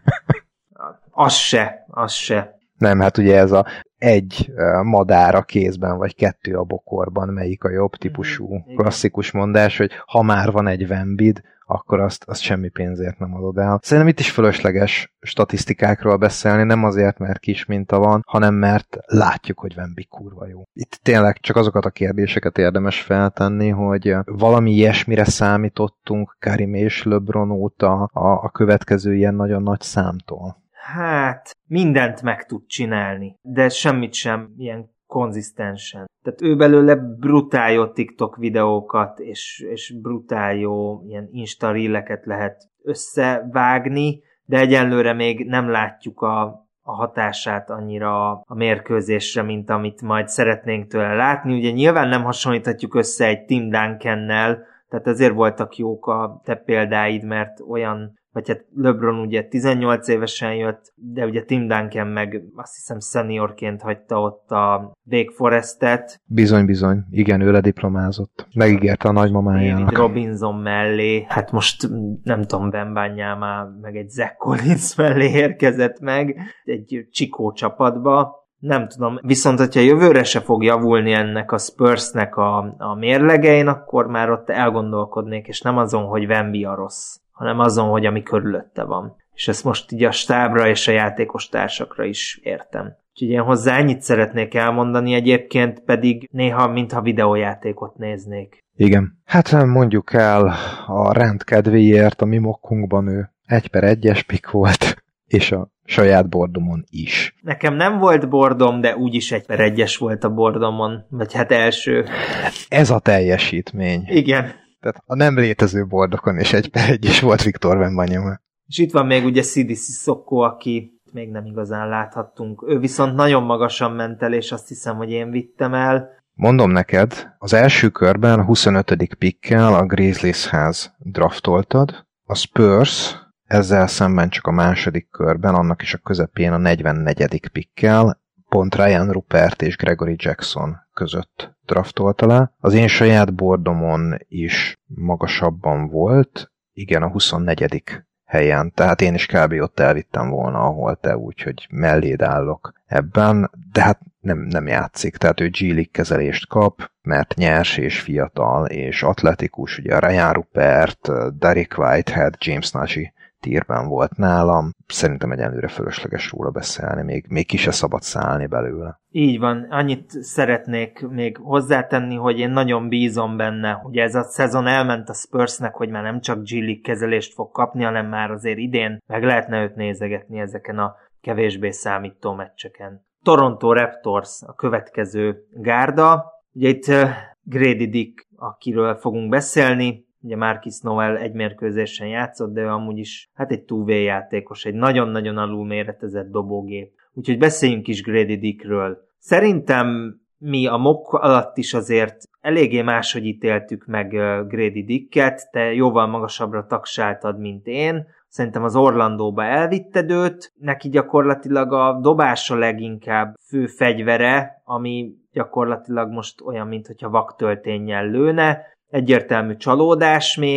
az se, az se. Nem, hát ugye ez a egy madár a kézben, vagy kettő a bokorban, melyik a jobb típusú klasszikus mondás, hogy ha már van egy Wembid, akkor azt, azt semmi pénzért nem adod el. Szerintem itt is fölösleges statisztikákról beszélni, nem azért, mert kis minta van, hanem mert látjuk, hogy Wemby kurva jó. Itt tényleg csak azokat a kérdéseket érdemes feltenni, hogy valami ilyesmire számítottunk Karim és LeBron óta a, a következő ilyen nagyon nagy számtól. Hát, mindent meg tud csinálni, de semmit sem ilyen konzisztensen. Tehát ő belőle brutál jó TikTok videókat és, és brutál jó ilyen Insta reeleket lehet összevágni, de egyenlőre még nem látjuk a, a hatását annyira a, a mérkőzésre, mint amit majd szeretnénk tőle látni. Ugye nyilván nem hasonlíthatjuk össze egy Tim Duncannel, tehát ezért voltak jók a te példáid, mert olyan, vagy hát LeBron ugye tizennyolc évesen jött, de ugye Tim Duncan meg azt hiszem seniorként hagyta ott a Wake Forestet. Bizony, bizony. Igen, ő lediplomázott. Megígérte a nagymamájának. David Robinson mellé, hát most nem tudom, Wembanyama meg egy Zach Collins mellé érkezett meg egy Chicago csapatba. Nem tudom, viszont hogyha jövőre se fog javulni ennek a Spursnek a, a mérlegein, akkor már ott elgondolkodnék, és nem azon, hogy Wemby a rossz, hanem azon, hogy ami körülötte van. És ezt most így a stábra és a játékos társakra is értem. Úgyhogy én hozzá ennyit szeretnék elmondani, egyébként pedig néha, mintha videójátékot néznék. Igen. Hát mondjuk el a rend kedvéért, a mi mokkunkban ő egy per egyes pick volt, és a saját bordomon is. Nekem nem volt bordom, de úgyis egy per egyes volt a bordomon, vagy hát első. Ez a teljesítmény. Igen. Tehát a nem létező bordokon is egy per egyes volt Viktor Wembanyama. És itt van még ugye Sidi Sissoko, aki még nem igazán láthattunk. Ő viszont nagyon magasan ment el, és azt hiszem, hogy én vittem el. Mondom neked, az első körben a huszonötödik pickkel a Grizzlieshez draftoltad, a Spurs ezzel szemben csak a második körben, annak is a közepén a negyvennegyedik pickkel, pont Ryan Rupert és Gregory Jackson között draftolta le. Az én saját bordomon is magasabban volt, igen, a huszonnegyedik helyen, tehát én is kb. Ott elvittem volna, ahol te, úgyhogy melléd állok ebben, de hát nem, nem játszik, tehát ő G-League kezelést kap, mert nyers és fiatal és atletikus, ugye a Ryan Rupert, Derek Whitehead, James Nagy tírben volt nálam, szerintem egyenlőre fölösleges róla beszélni, még, még ki se szabad szállni belőle. Így van, annyit szeretnék még hozzátenni, hogy én nagyon bízom benne, hogy ez a szezon elment a Spursnek, hogy már nem csak G-League kezelést fog kapni, hanem már azért idén meg lehetne őt nézegetni ezeken a kevésbé számító meccseken. Toronto Raptors a következő gárda, ugye itt uh, Grady Dick, akiről fogunk beszélni, ugye Markieff Noel egy mérkőzésen játszott, de ő amúgy is hát egy two-way játékos, egy nagyon-nagyon alulméretezett dobógép. Úgyhogy beszéljünk is Grady Dickről. Szerintem mi a mock alatt is azért eléggé máshogy ítéltük meg Grady Dicket, te jóval magasabbra tagsáltad, mint én. Szerintem az Orlandóba elvitted őt, neki gyakorlatilag a dobása leginkább fő fegyvere, ami gyakorlatilag most olyan, mintha vaktölténnyel lőne. Egyértelmű csalódás még,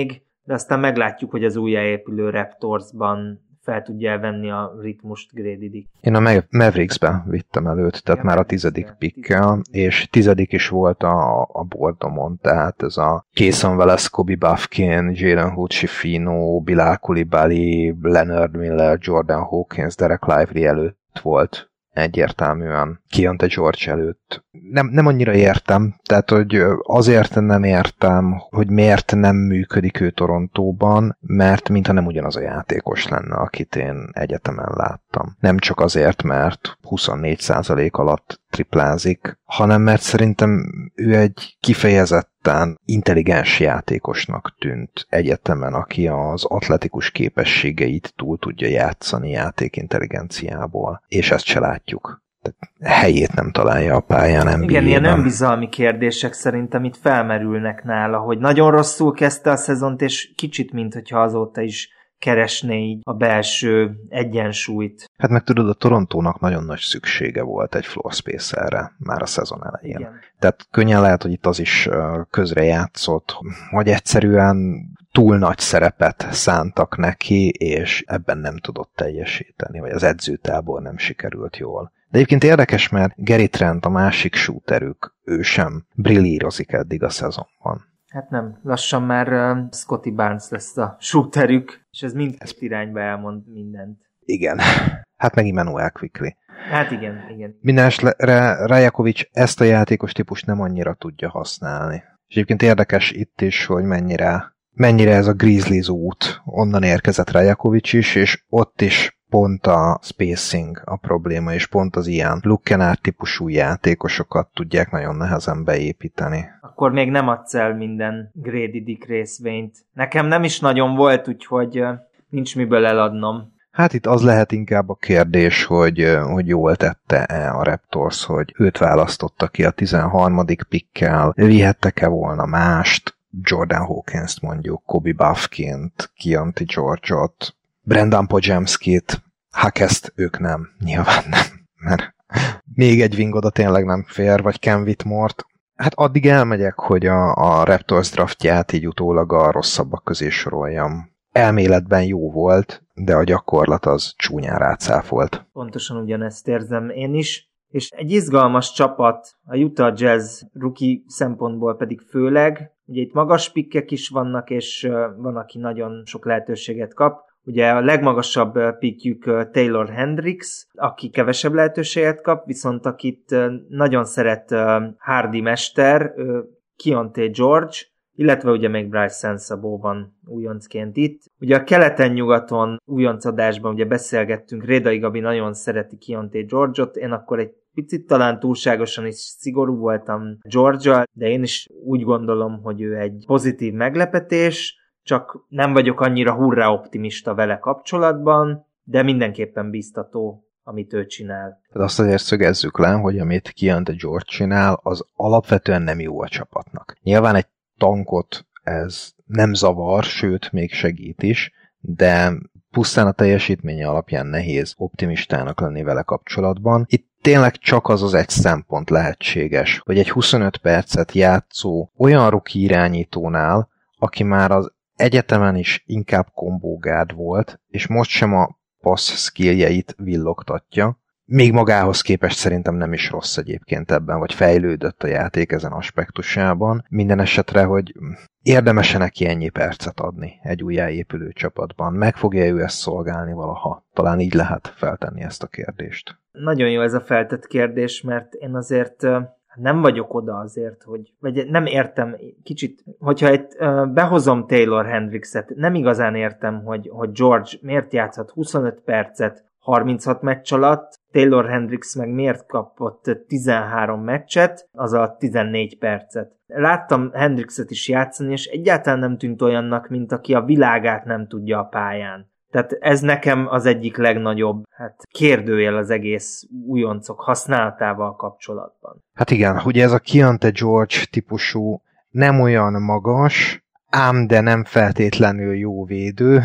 de aztán meglátjuk, hogy az újjáépülő Raptorsban fel tudja venni a ritmust Grady Dick. Én a Mavericksbe vittem előtt, tehát ja, már a tizedik pickkel, és tizedik is volt a, a bordomon, tehát ez a Cason Wallace, Kobe Buffkin, Jalen Hood-Schifino, Bilal Coulibaly, Leonard Miller, Jordan Hawkins, Derek Lively előtt volt egyértelműen Keontae George előtt. Nem, nem annyira értem, tehát hogy azért nem értem, hogy miért nem működik ő Torontóban, mert mintha nem ugyanaz a játékos lenne, akit én egyetemen láttam. Nem csak azért, mert huszonnégy százalék alatt triplázik, hanem mert szerintem ő egy kifejezetten intelligens játékosnak tűnt egyetemen, aki az atletikus képességeit túl tudja játszani játékintelligenciából, és ezt se látjuk. Tehát helyét nem találja a pályán en bé á-ben. Igen, ilyen önbizalmi kérdések szerintem itt felmerülnek nála, hogy nagyon rosszul kezdte a szezont, és kicsit, mintha azóta is keresné így a belső egyensúlyt. Hát meg tudod, a Torontónak nagyon nagy szüksége volt egy floor spacerre már a szezon elején. Igen. Tehát könnyen lehet, hogy itt az is közrejátszott, hogy egyszerűen túl nagy szerepet szántak neki, és ebben nem tudott teljesíteni, vagy az edzőtábor nem sikerült jól. De egyébként érdekes, mert Gary Trent, a másik shooterük, ő sem brillírozik eddig a szezonban. Hát nem, lassan már uh, Scotty Barnes lesz a shooterük, és ez mindkét irányba elmond mindent. Igen, hát meg Immanuel Quickley. Hát igen, igen. Minden esetre Rajakovic ezt a játékos típust nem annyira tudja használni. És egyébként érdekes itt is, hogy mennyire, mennyire ez a Grizzlies út, onnan érkezett Rajakovic is, és ott is pont a spacing a probléma, és pont az ilyen Luke Kennard típusú játékosokat tudják nagyon nehezen beépíteni. Akkor még nem adsz el minden Grady Dick részvényt. Nekem nem is nagyon volt, úgyhogy nincs miből eladnom. Hát itt az lehet inkább a kérdés, hogy, hogy jól tette-e a Raptors, hogy őt választotta ki a tizenharmadik pickkel, vihettek-e volna mást, Jordan Hawkins-t mondjuk, Kobe Buffkint, Keontae George-ot, Brendan Podziemskit, Hakest ők nem, nyilván nem, mert még egy wing oda tényleg nem fér, vagy Ken Whitmore-t. Hát addig elmegyek, hogy a, a Raptors draftját így utólag a rosszabbak közé soroljam. Elméletben jó volt, de a gyakorlat az csúnyán rácáfolt. Pontosan ugyanezt érzem én is, és egy izgalmas csapat, a Utah Jazz rookie szempontból pedig főleg. Ugye itt magas pikkek is vannak, és van, aki nagyon sok lehetőséget kap. Ugye a legmagasabb pickjük Taylor Hendricks, aki kevesebb lehetőséget kap, viszont akit nagyon szeret Hardy mester, Keontae George, illetve ugye még Bryce Sensabaugh van újoncként itt. Ugye a keleten-nyugaton újoncadásban ugye beszélgettünk, Rédai Gabi nagyon szereti Keontae George-ot, én akkor egy picit talán túlságosan is szigorú voltam George-al, de én is úgy gondolom, hogy ő egy pozitív meglepetés, csak nem vagyok annyira hurrá optimista vele kapcsolatban, de mindenképpen biztató, amit ő csinál. Tehát azt azért szögezzük le, hogy amit Keontae George csinál, az alapvetően nem jó a csapatnak. Nyilván egy tankot ez nem zavar, sőt, még segít is, de pusztán a teljesítménye alapján nehéz optimistának lenni vele kapcsolatban. Itt tényleg csak az az egy szempont lehetséges, hogy egy huszonöt percet játszó olyan rookie irányítónál, aki már az egyetemen is inkább kombógárd volt, és most sem a passz skilljeit villogtatja. Még magához képest szerintem nem is rossz egyébként ebben, vagy fejlődött a játék ezen aspektusában. Minden esetre, hogy érdemes-e neki ennyi percet adni egy újjáépülő csapatban? Meg fogja ő ezt szolgálni valaha? Talán így lehet feltenni ezt a kérdést. Nagyon jó ez a feltett kérdés, mert én azért nem vagyok oda azért, hogy, vagy nem értem kicsit, hogyha egy, uh, behozom Taylor Hendrickset, nem igazán értem, hogy, hogy George miért játszhat huszonöt percet harminchat meccs alatt, Taylor Hendricks meg miért kapott tizenhárom meccset, az a tizennégy percet. Láttam Hendrickset is játszani, és egyáltalán nem tűnt olyannak, mint aki a világát nem tudja a pályán. Tehát ez nekem az egyik legnagyobb hát kérdőjel az egész újoncok használatával kapcsolatban. Hát igen, ugye ez a Keontae George típusú nem olyan magas, ám de nem feltétlenül jó védő,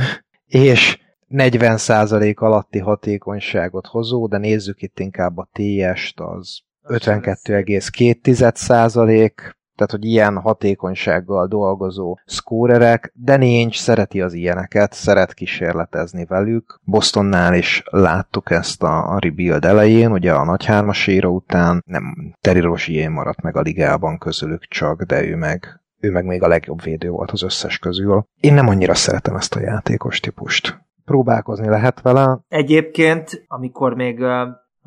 és negyven százalék alatti hatékonyságot hozó, de nézzük itt inkább a té est, az ötvenkettő egész két százalék, tehát hogy ilyen hatékonysággal dolgozó scorerek. Danny Ainge szereti az ilyeneket, szeret kísérletezni velük. Bostonnál is láttuk ezt a, a rebuild elején, ugye a nagy hármas éra után, nem Terry Rozier maradt meg a ligában közülük csak, de ő meg, ő meg még a legjobb védő volt az összes közül. Én nem annyira szeretem ezt a játékos típust. Próbálkozni lehet vele. Egyébként, amikor még a,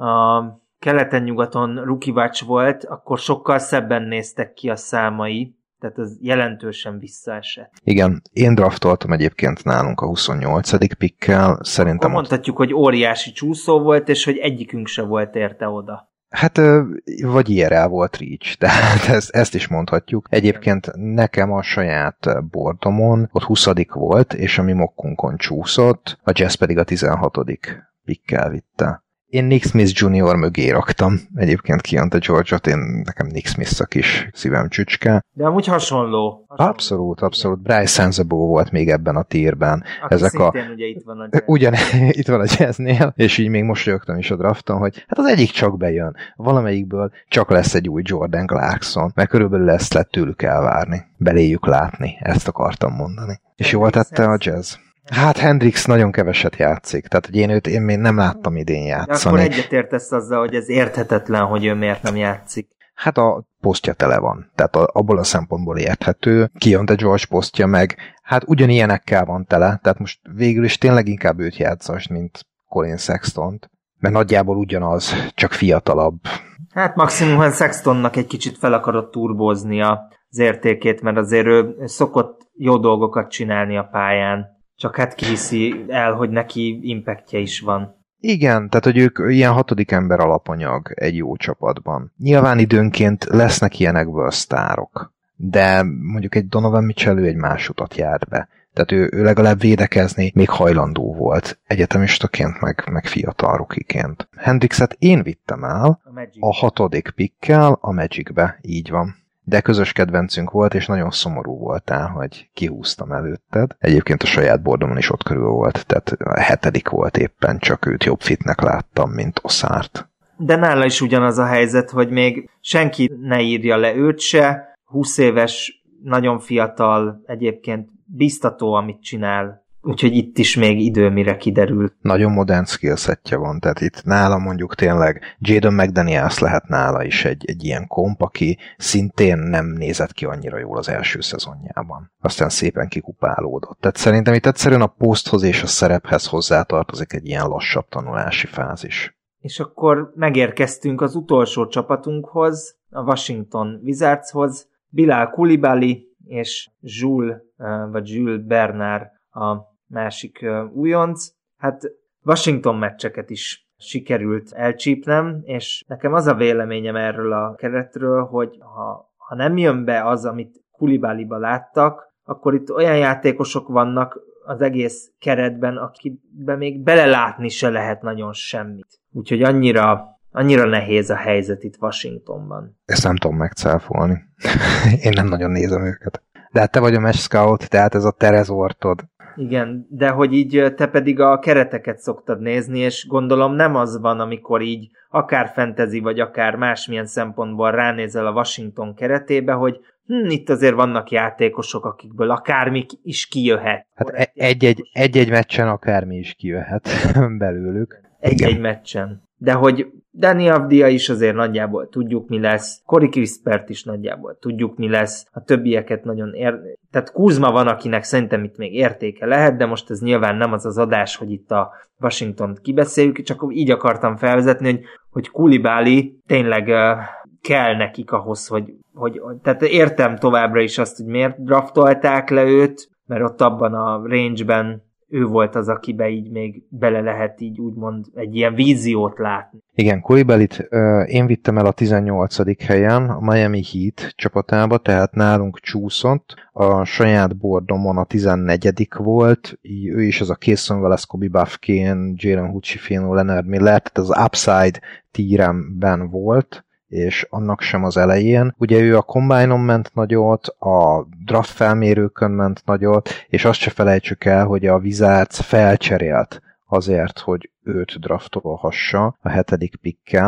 a keleten-nyugaton Rookie Watch volt, akkor sokkal szebben néztek ki a számai, tehát ez jelentősen visszaesett. Igen, én draftoltam egyébként nálunk a huszonnyolcadik pickkel, szerintem... Akkor mondhatjuk, hogy óriási csúszó volt, és hogy egyikünk se volt érte oda. Hát, vagy i er el volt Reach, tehát ezt, ezt is mondhatjuk. Egyébként nekem a saját bordomon ott huszadik volt, és a mi mokkunkon csúszott, a Jazz pedig a tizenhatodik pickkel vitte. Én Nick Smith junior mögé raktam. Egyébként Keontae George-ot, én nekem Nick Smith a kis szívem csücske. De amúgy hasonló. hasonló. Abszolút, abszolút. Bryce Sensabaugh volt még ebben a tírben. Aki Ezek szintén a... ugye itt van a Jazz. Ugyan, itt van a Jazznél, és így még mosolyogtam is a drafton, hogy hát az egyik csak bejön. Valamelyikből csak lesz egy új Jordan Clarkson, mert körülbelül ezt lett tőlük elvárni. Beléjük látni, ezt akartam mondani. És jól tette a Jazz. Hát Hendrix nagyon keveset játszik, tehát hogy én őt én még nem láttam idén játszani. De akkor egyetértesz azzal, hogy ez érthetetlen, hogy ő miért nem játszik. Hát a posztja tele van, tehát a, abból a szempontból érthető. Keontae George posztja meg, hát ugyanilyenekkel van tele, tehát most végül is tényleg inkább őt játszast, mint Colin Sextont, mert nagyjából ugyanaz, csak fiatalabb. Hát maximum Sextonnak egy kicsit fel akarod turbózni az értékét, mert azért ő szokott jó dolgokat csinálni a pályán. Csak hát kihiszi el, hogy neki impactje is van. Igen, tehát hogy ők ilyen hatodik ember alapanyag egy jó csapatban. Nyilván időnként lesznek ilyenekből sztárok, de mondjuk egy Donovan Mitchell egy más utat járt be. Tehát ő, ő legalább védekezni még hajlandó volt, egyetemistaként, meg, meg fiatal rukiként. Hendrixet én vittem el a, a hatodik pickkel a Magicbe, így van. De közös kedvencünk volt, és nagyon szomorú voltál, hogy kihúztam előtted. Egyébként a saját bordomon is ott körül volt, tehát a hetedik volt éppen, csak őt jobb fitnek láttam, mint Oszárt. De nála is ugyanaz a helyzet, hogy még senki ne írja le őt se, húsz éves, nagyon fiatal, egyébként biztató, amit csinál. Úgyhogy itt is még idő, mire kiderül. Nagyon modern skillsetje van, tehát itt nála mondjuk tényleg Jaden McDaniels lehet nála is egy, egy ilyen komp, aki szintén nem nézett ki annyira jól az első szezonjában. Aztán szépen kikupálódott. Tehát szerintem itt egyszerűen a poszthoz és a szerephez hozzátartozik egy ilyen lassabb tanulási fázis. És akkor megérkeztünk az utolsó csapatunkhoz, a Washington Wizardshoz, Bilal Coulibaly és Jules, vagy Jules Bernard a másik uh, újonc. Hát Washington meccseket is sikerült elcsípnem, és nekem az a véleményem erről a keretről, hogy ha, ha nem jön be az, amit Coulibalyba láttak, akkor itt olyan játékosok vannak az egész keretben, akikben még belelátni se lehet nagyon semmit. Úgyhogy annyira, annyira nehéz a helyzet itt Washingtonban. Ezt nem tudom megcáfolni. Én nem nagyon nézem őket. De hát te vagy a match scout, tehát ez a te rezortod. Igen, de hogy így te pedig a kereteket szoktad nézni, és gondolom nem az van, amikor így akár fantasy, vagy akár másmilyen szempontból ránézel a Washington keretébe, hogy hm, itt azért vannak játékosok, akikből akármi is kijöhet. Hát egy-egy, egy-egy meccsen akármi is kijöhet belőlük. Egy-egy meccsen. De hogy Dani Avdia is azért nagyjából tudjuk, mi lesz. Corey Kispert is nagyjából tudjuk, mi lesz. A többieket nagyon ér... Tehát Kuzma van, akinek szerintem itt még értéke lehet, de most ez nyilván nem az az adás, hogy itt a Washingtont kibeszéljük, csak így akartam felvezetni, hogy, hogy Coulibaly tényleg uh, kell nekik ahhoz, hogy, hogy... Tehát értem továbbra is azt, hogy miért draftolták le őt, mert ott abban a range-ben ő volt az, akibe így még bele lehet így úgymond egy ilyen víziót látni. Igen, Coulibalyt uh, én vittem el a tizennyolcadik helyen a Miami Heat csapatába, tehát nálunk csúszott. A saját bordomon a tizennegyedik volt, így ő is az a Cason Wallace, Kobe Buffkin, Jalen Hood-Schifino, Leonard Miller, tehát az upside tíremben volt, és annak sem az elején. Ugye ő a Combine-on ment nagyot, a draft felmérőkön ment nagyot, és azt se felejtsük el, hogy a Wizards felcserélt azért, hogy őt draftolhassa a hetedik pickkel,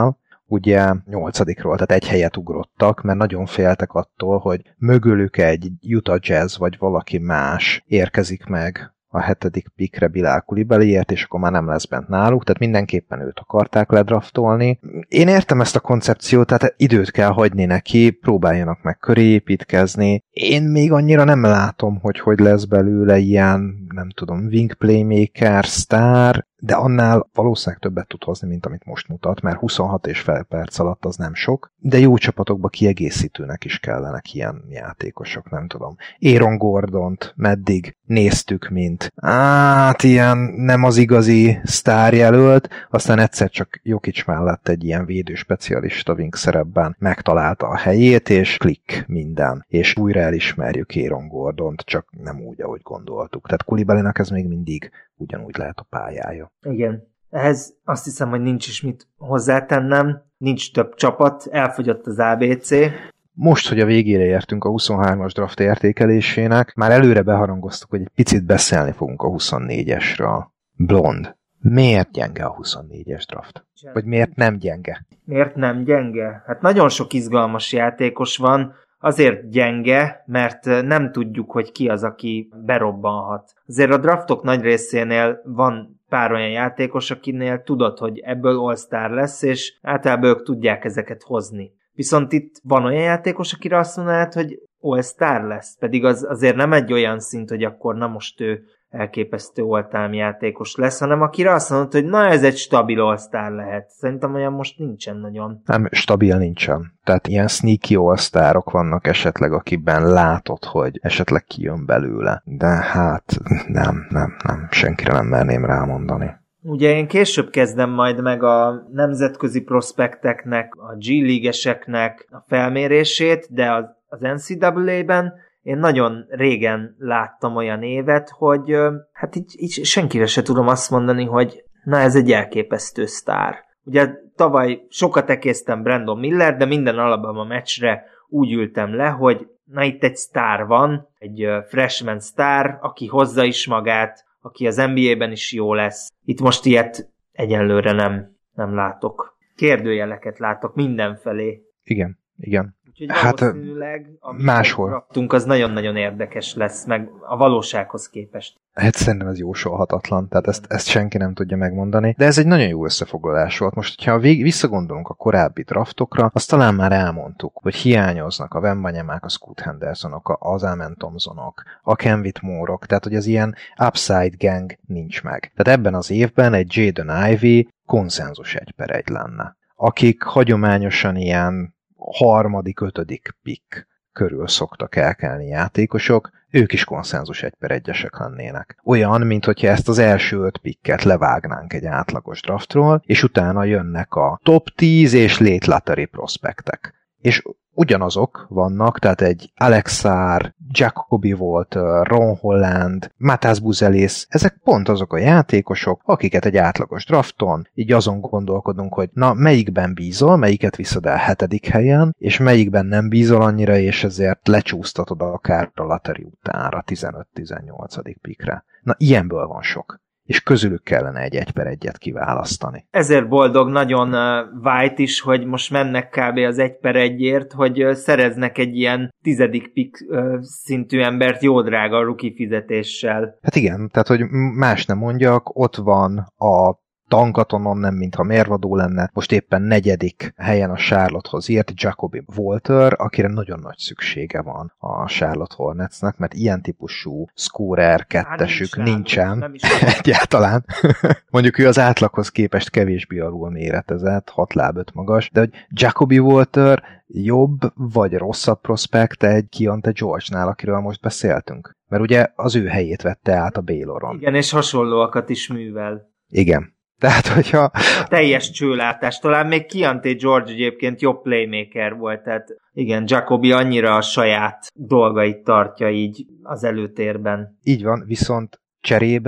ugye nyolcadikról, tehát egy helyet ugrottak, mert nagyon féltek attól, hogy mögülük egy Utah Jazz vagy valaki más érkezik meg a hetedik pickre Bilal Coulibalyért, és akkor már nem lesz bent náluk, tehát mindenképpen őt akarták ledraftolni. Én értem ezt a koncepciót, tehát időt kell hagyni neki, próbáljanak meg köré építkezni. Én még annyira nem látom, hogy hogy lesz belőle ilyen, nem tudom, wing playmaker, sztár, de annál valószínűleg többet tud hozni, mint amit most mutat, mert huszonhat és fél perc alatt az nem sok, de jó csapatokba kiegészítőnek is kellenek ilyen játékosok, nem tudom. Aaron Gordont meddig néztük, mint hát ilyen nem az igazi sztárjelölt, aztán egyszer csak Jokic mellett egy ilyen védő specialista wing szerepben megtalálta a helyét, és klik minden, és újra elismerjük Aaron Gordont, csak nem úgy, ahogy gondoltuk. Tehát Coulibalynak ez még mindig ugyanúgy lehet a pályája. Igen. Ehhez azt hiszem, hogy nincs is mit hozzátennem. Nincs több csapat, elfogyott az á bé cé. Most, hogy a végére értünk a huszonhármas draft értékelésének, már előre beharangoztuk, hogy egy picit beszélni fogunk a huszonnégyesről. Blond. Miért gyenge a huszonnégyes draft? Vagy miért nem gyenge? Miért nem gyenge? Hát nagyon sok izgalmas játékos van, azért gyenge, mert nem tudjuk, hogy ki az, aki berobbanhat. Azért a draftok nagy részénél van pár olyan játékos, akinél tudod, hogy ebből all-star lesz, és általában ők tudják ezeket hozni. Viszont itt van olyan játékos, akire azt mondanád, hogy all-star lesz, pedig az azért nem egy olyan szint, hogy akkor na most ő elképesztő all-time játékos lesz, hanem akire azt mondod, hogy na ez egy stabil all-star lehet. Szerintem olyan most nincsen nagyon. Nem, stabil nincsen. Tehát ilyen sneaky all-starok vannak esetleg, akiben látod, hogy esetleg kijön belőle. De hát nem, nem, nem. Senkire nem merném rámondani. Ugye én később kezdem majd meg a nemzetközi prospekteknek, a G-league-eseknek a felmérését, de az, az en cé á á-ben én nagyon régen láttam olyan évet, hogy hát így, így senkire se tudom azt mondani, hogy na ez egy elképesztő sztár. Ugye tavaly sokat ekésztem Brandon Miller, de minden Alabama meccsre úgy ültem le, hogy na itt egy sztár van, egy freshman sztár, aki hozza is magát, aki az en bé á-ben is jó lesz. Itt most ilyet egyenlőre nem, nem látok. Kérdőjeleket látok mindenfelé. Igen, igen. Úgyhogy hát valószínűleg, amit máshol raktunk, az nagyon-nagyon érdekes lesz, meg a valósághoz képest. Hát szerintem ez jósolhatatlan, tehát ezt, ezt senki nem tudja megmondani, de ez egy nagyon jó összefoglalás volt. Most, hogyha vég, visszagondolunk a korábbi draftokra, azt talán már elmondtuk, hogy hiányoznak a Wembanyamák, a Scoot Hendersonok, az Amen Thompsonok, a Ken Whitmore-ok, tehát hogy az ilyen upside gang nincs meg. Tehát ebben az évben egy Jaden Ivey konszenzus egy per egy lenne, akik hagyományosan ilyen harmadik, ötödik pick körül szoktak elkelni játékosok, ők is konszenzus egy per egyesek lennének. Olyan, mint hogyha ezt az első öt picket levágnánk egy átlagos draftról, és utána jönnek a top tíz és late lottery prospektek. És ugyanazok vannak, tehát egy Alexar, Jacoby Walter, Ron Holland, Matas Buzelis, ezek pont azok a játékosok, akiket egy átlagos drafton így azon gondolkodunk, hogy na, melyikben bízol, melyiket viszed el hetedik helyen, és melyikben nem bízol annyira, és ezért lecsúsztatod akár a lottery utánra, tizenöt-tizennyolcadik pikre. Na, ilyenből van sok. És közülük kellene egy egy per egyet kiválasztani. Ezért boldog nagyon White is, hogy most mennek kb. Az egy per egyért, hogy szereznek egy ilyen tizedik pick szintű embert jó drága a rookie fizetéssel. Hát igen, tehát hogy más nem mondjak, ott van a tankatonon, nem mintha mérvadó lenne, most éppen negyedik helyen a Charlottehoz írt Jacoby Walter, akire nagyon nagy szüksége van a Charlotte Hornetsnek, mert ilyen típusú scorer kettesük hát nincsen nem is egyáltalán. Mondjuk ő az átlaghoz képest kevésbé alul méretezett, hat láb öt magas, de hogy Jacoby Walter jobb vagy rosszabb prospekt egy Keontae George-nál, akiről most beszéltünk. Mert ugye az ő helyét vette át a Bayloron. Igen, és hasonlóakat is művel. Igen. Tehát, hogyha... A teljes csőlátás. Talán még Keontae George egyébként jobb playmaker volt, tehát igen, Jacoby annyira a saját dolgait tartja így az előtérben. Így van, viszont cserébe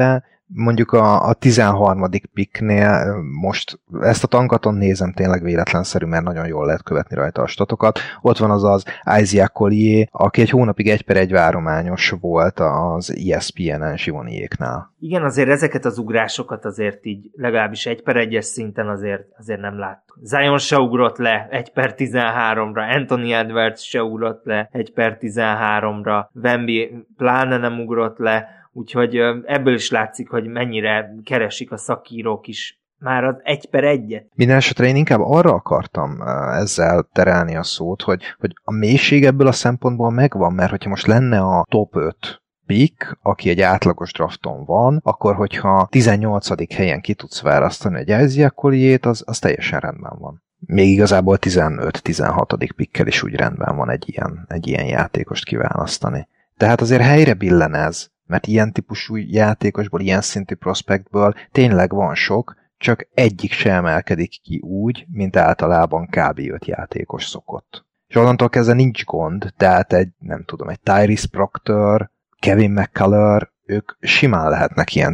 mondjuk a, a tizenharmadik picknél most ezt a tankaton nézem tényleg véletlenszerű, mert nagyon jól lehet követni rajta a statokat. Ott van az az Isaiah Collier, aki egy hónapig egy per egy várományos volt az E S P N-en Zsivoniéknál. Igen, azért ezeket az ugrásokat azért így legalábbis egy per egyes szinten azért, azért nem láttuk. Zion se ugrott le egy per tizenháromra, Anthony Edwards se ugrott le egy per tizenháromra, Wemby pláne nem ugrott le, úgyhogy ebből is látszik, hogy mennyire keresik a szakírók is már az egy per egyet. Minden esetre én inkább arra akartam ezzel terelni a szót, hogy, hogy a mélység ebből a szempontból megvan, mert hogyha most lenne a top öt pick, aki egy átlagos drafton van, akkor hogyha tizennyolcadik helyen ki tudsz választani egy Isaiah Collier-t, az, az teljesen rendben van. Még igazából tizenöt-tizenhatodik pickkel is úgy rendben van egy ilyen, egy ilyen játékost kiválasztani. Tehát azért helyre billen ez, mert ilyen típusú játékosból, ilyen szintű prospektből tényleg van sok, csak egyik se emelkedik ki úgy, mint általában kb. öt játékos szokott. És onnantól kezdve nincs gond, tehát egy, nem tudom, egy Tyrese Proctor, Kevin McCullough, ők simán lehetnek ilyen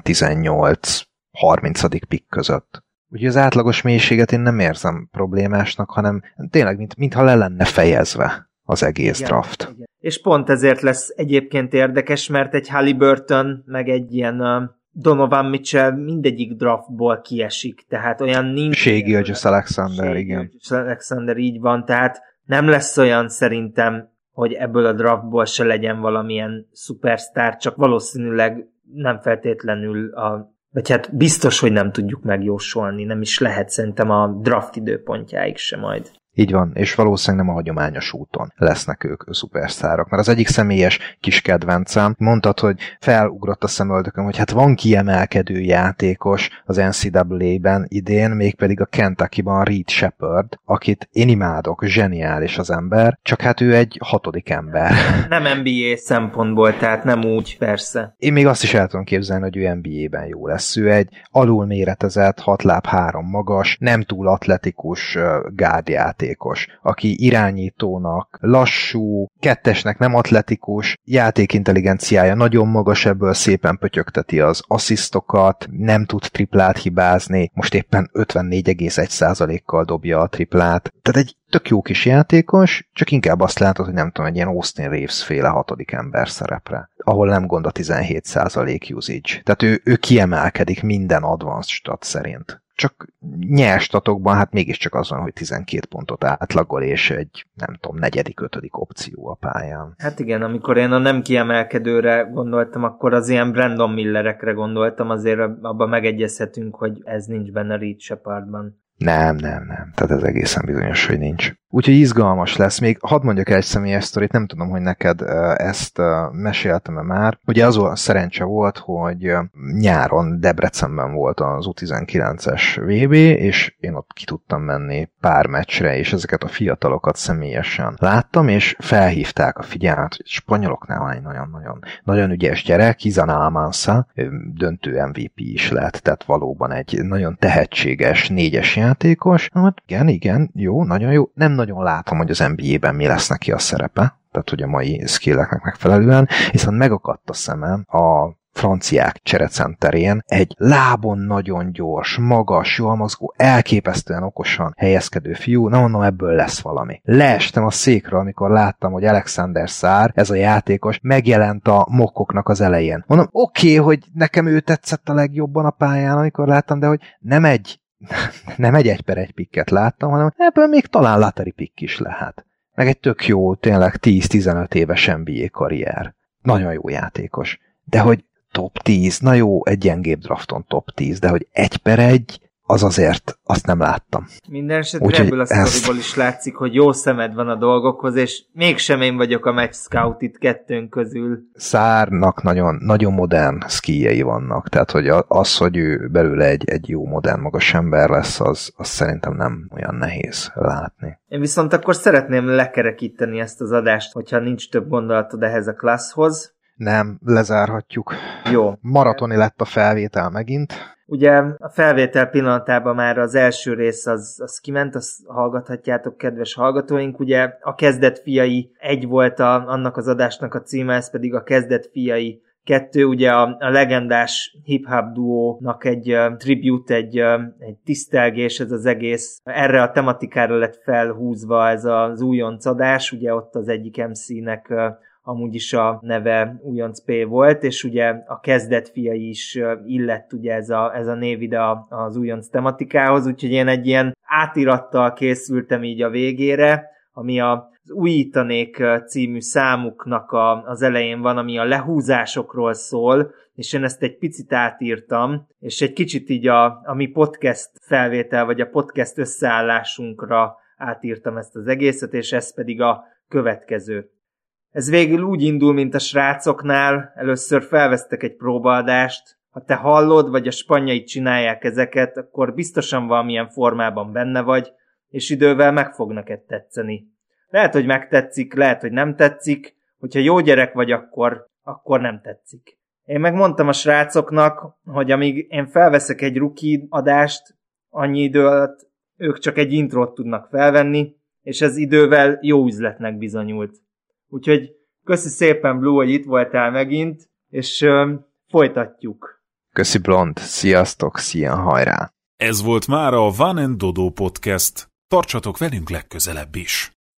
tizennyolc-harmincadik pick között. Úgyhogy az átlagos mélységet én nem érzem problémásnak, hanem tényleg, mint, mintha le lenne fejezve az egész igen, draft. Igen. És pont ezért lesz egyébként érdekes, mert egy Haliburton, meg egy ilyen uh, Donovan Mitchell mindegyik draftból kiesik, tehát olyan nincs... Shai Gilgeous-Alexander, igen. Gilgeous-Alexander, így van, tehát nem lesz olyan szerintem, hogy ebből a draftból se legyen valamilyen szupersztár, csak valószínűleg nem feltétlenül a... vagy hát biztos, hogy nem tudjuk megjósolni, nem is lehet szerintem a draft időpontjáig se majd. Így van, és valószínűleg nem a hagyományos úton lesznek ők szupersztárok. Mert az egyik személyes kis kedvencem, mondtad, hogy felugrott a szemöldökön, hogy hát van kiemelkedő játékos az en cé á á-ben idén, mégpedig a Kentucky-ban Reed Shepard, akit én imádok, zseniális az ember, csak hát ő egy hatodik ember. Nem en bé á szempontból, tehát nem úgy, persze. Én még azt is el tudom képzelni, hogy ő en bé á-ben jó lesz. Ő egy alulméretezett, hat láb három magas, nem túl atletikus gárdjáték, aki irányítónak, lassú, kettesnek nem atletikus, játékintelligenciája nagyon magas, ebből szépen pötyögteti az asszisztokat, nem tud triplát hibázni, most éppen ötvennégy egész egy százalékkal dobja a triplát. Tehát egy tök jó kis játékos, csak inkább azt látod, hogy nem tudom, egy ilyen Austin Reeves féle hatodik ember szerepre, ahol nem gond a tizenhét százalék usage. Tehát ő, ő kiemelkedik minden advanced stat szerint. Csak nyers statokban hát mégiscsak az van, hogy tizenkét pontot átlagol, és egy, nem tudom, negyedik, ötödik opció a pályán. Hát igen, amikor én a nem kiemelkedőre gondoltam, akkor az ilyen Brandon Millerekre gondoltam, azért abban megegyezhetünk, hogy ez nincs benne Reed Shepardban. Nem, nem, nem. Tehát ez egészen bizonyos, hogy nincs. Úgyhogy izgalmas lesz. Még hadd mondjak egy személyes sztorit, nem tudom, hogy neked ezt meséltem-e már. Ugye az a szerencse volt, hogy nyáron Debrecenben volt az U tizenkilences vé bé, és én ott ki tudtam menni pár meccsre, és ezeket a fiatalokat személyesen láttam, és felhívták a figyelmet, hogy spanyoloknál van egy nagyon-nagyon nagyon ügyes gyerek, Izan Almansa, döntő em vé pé is lett, tehát valóban egy nagyon tehetséges négyes játékos. Hát igen, igen, jó, nagyon jó. Nem nagyon látom, hogy az en bé á-ben mi lesz neki a szerepe, tehát hogy a mai skilleknek megfelelően, viszont megakadt a szemem a franciák cserecenterén egy lábon nagyon gyors, magas, jól mozgó, elképesztően okosan helyezkedő fiú, na mondom, ebből lesz valami. Leestem a székről, amikor láttam, hogy Alexander Szár, ez a játékos, megjelent a mokkoknak az elején. Mondom, oké, okay, hogy nekem ő tetszett a legjobban a pályán, amikor láttam, de hogy nem egy nem egy egy per egy pikket láttam, hanem ebből még talán lottery pick is lehet. Meg egy tök jó, tényleg tíz-tizenöt éves en bé á karrier. Nagyon jó játékos. De hogy top tíz, na jó, egy gyengébb drafton top tíz, de hogy egy per egy, az azért, azt nem láttam. Minden esetre ebből a sztoriból ezt... is látszik, hogy jó szemed van a dolgokhoz, és mégsem én vagyok a match scout itt kettőnk közül. Szárnak nagyon, nagyon modern skijei vannak, tehát hogy az, hogy ő belőle egy, egy jó modern magas ember lesz, az, az szerintem nem olyan nehéz látni. Én viszont akkor szeretném lekerekíteni ezt az adást, hogyha nincs több gondolatod ehhez a klasszhoz. Nem, lezárhatjuk. Jó. Maratoni lett a felvétel megint. Ugye a felvétel pillanatában már az első rész az, az kiment, azt hallgathatjátok, kedves hallgatóink. Ugye a Kezdet fiai egy volt a, annak az adásnak a címe, ez pedig a Kezdet fiai Kettő, ugye a, a legendás hip-hop duónak egy uh, tribute, egy, uh, egy tisztelgés, ez az egész. Erre a tematikára lett felhúzva ez az újonc adás, ugye ott az egyik em cé-nek uh, amúgy is a neve Újonc P volt, és ugye a kezdet fiai is uh, illett ugye ez a, ez a név ide az újonc tematikához, úgyhogy én egy ilyen átirattal készültem így a végére, ami a az Újítanék című számuknak a, az elején van, ami a lehúzásokról szól, és én ezt egy picit átírtam, és egy kicsit így a, a mi podcast felvétel, vagy a podcast összeállásunkra átírtam ezt az egészet, és ez pedig a következő. Ez végül úgy indul, mint a srácoknál, először felvesztek egy próbaadást, ha te hallod, vagy a spanyait csinálják ezeket, akkor biztosan valamilyen formában benne vagy, és idővel meg fog neked tetszeni. Lehet, hogy megtetszik, lehet, hogy nem tetszik, hogyha jó gyerek vagy, akkor, akkor nem tetszik. Én megmondtam a srácoknak, hogy amíg én felveszek egy rookie adást, annyi idő alatt ők csak egy intrót tudnak felvenni, és ez idővel jó üzletnek bizonyult. Úgyhogy köszi szépen, Blue, hogy itt voltál megint, és ö, folytatjuk. Köszi, Blond, sziasztok, szia, hajrá! Ez volt már a Van and Dodo Podcast. Tartsatok velünk legközelebb is!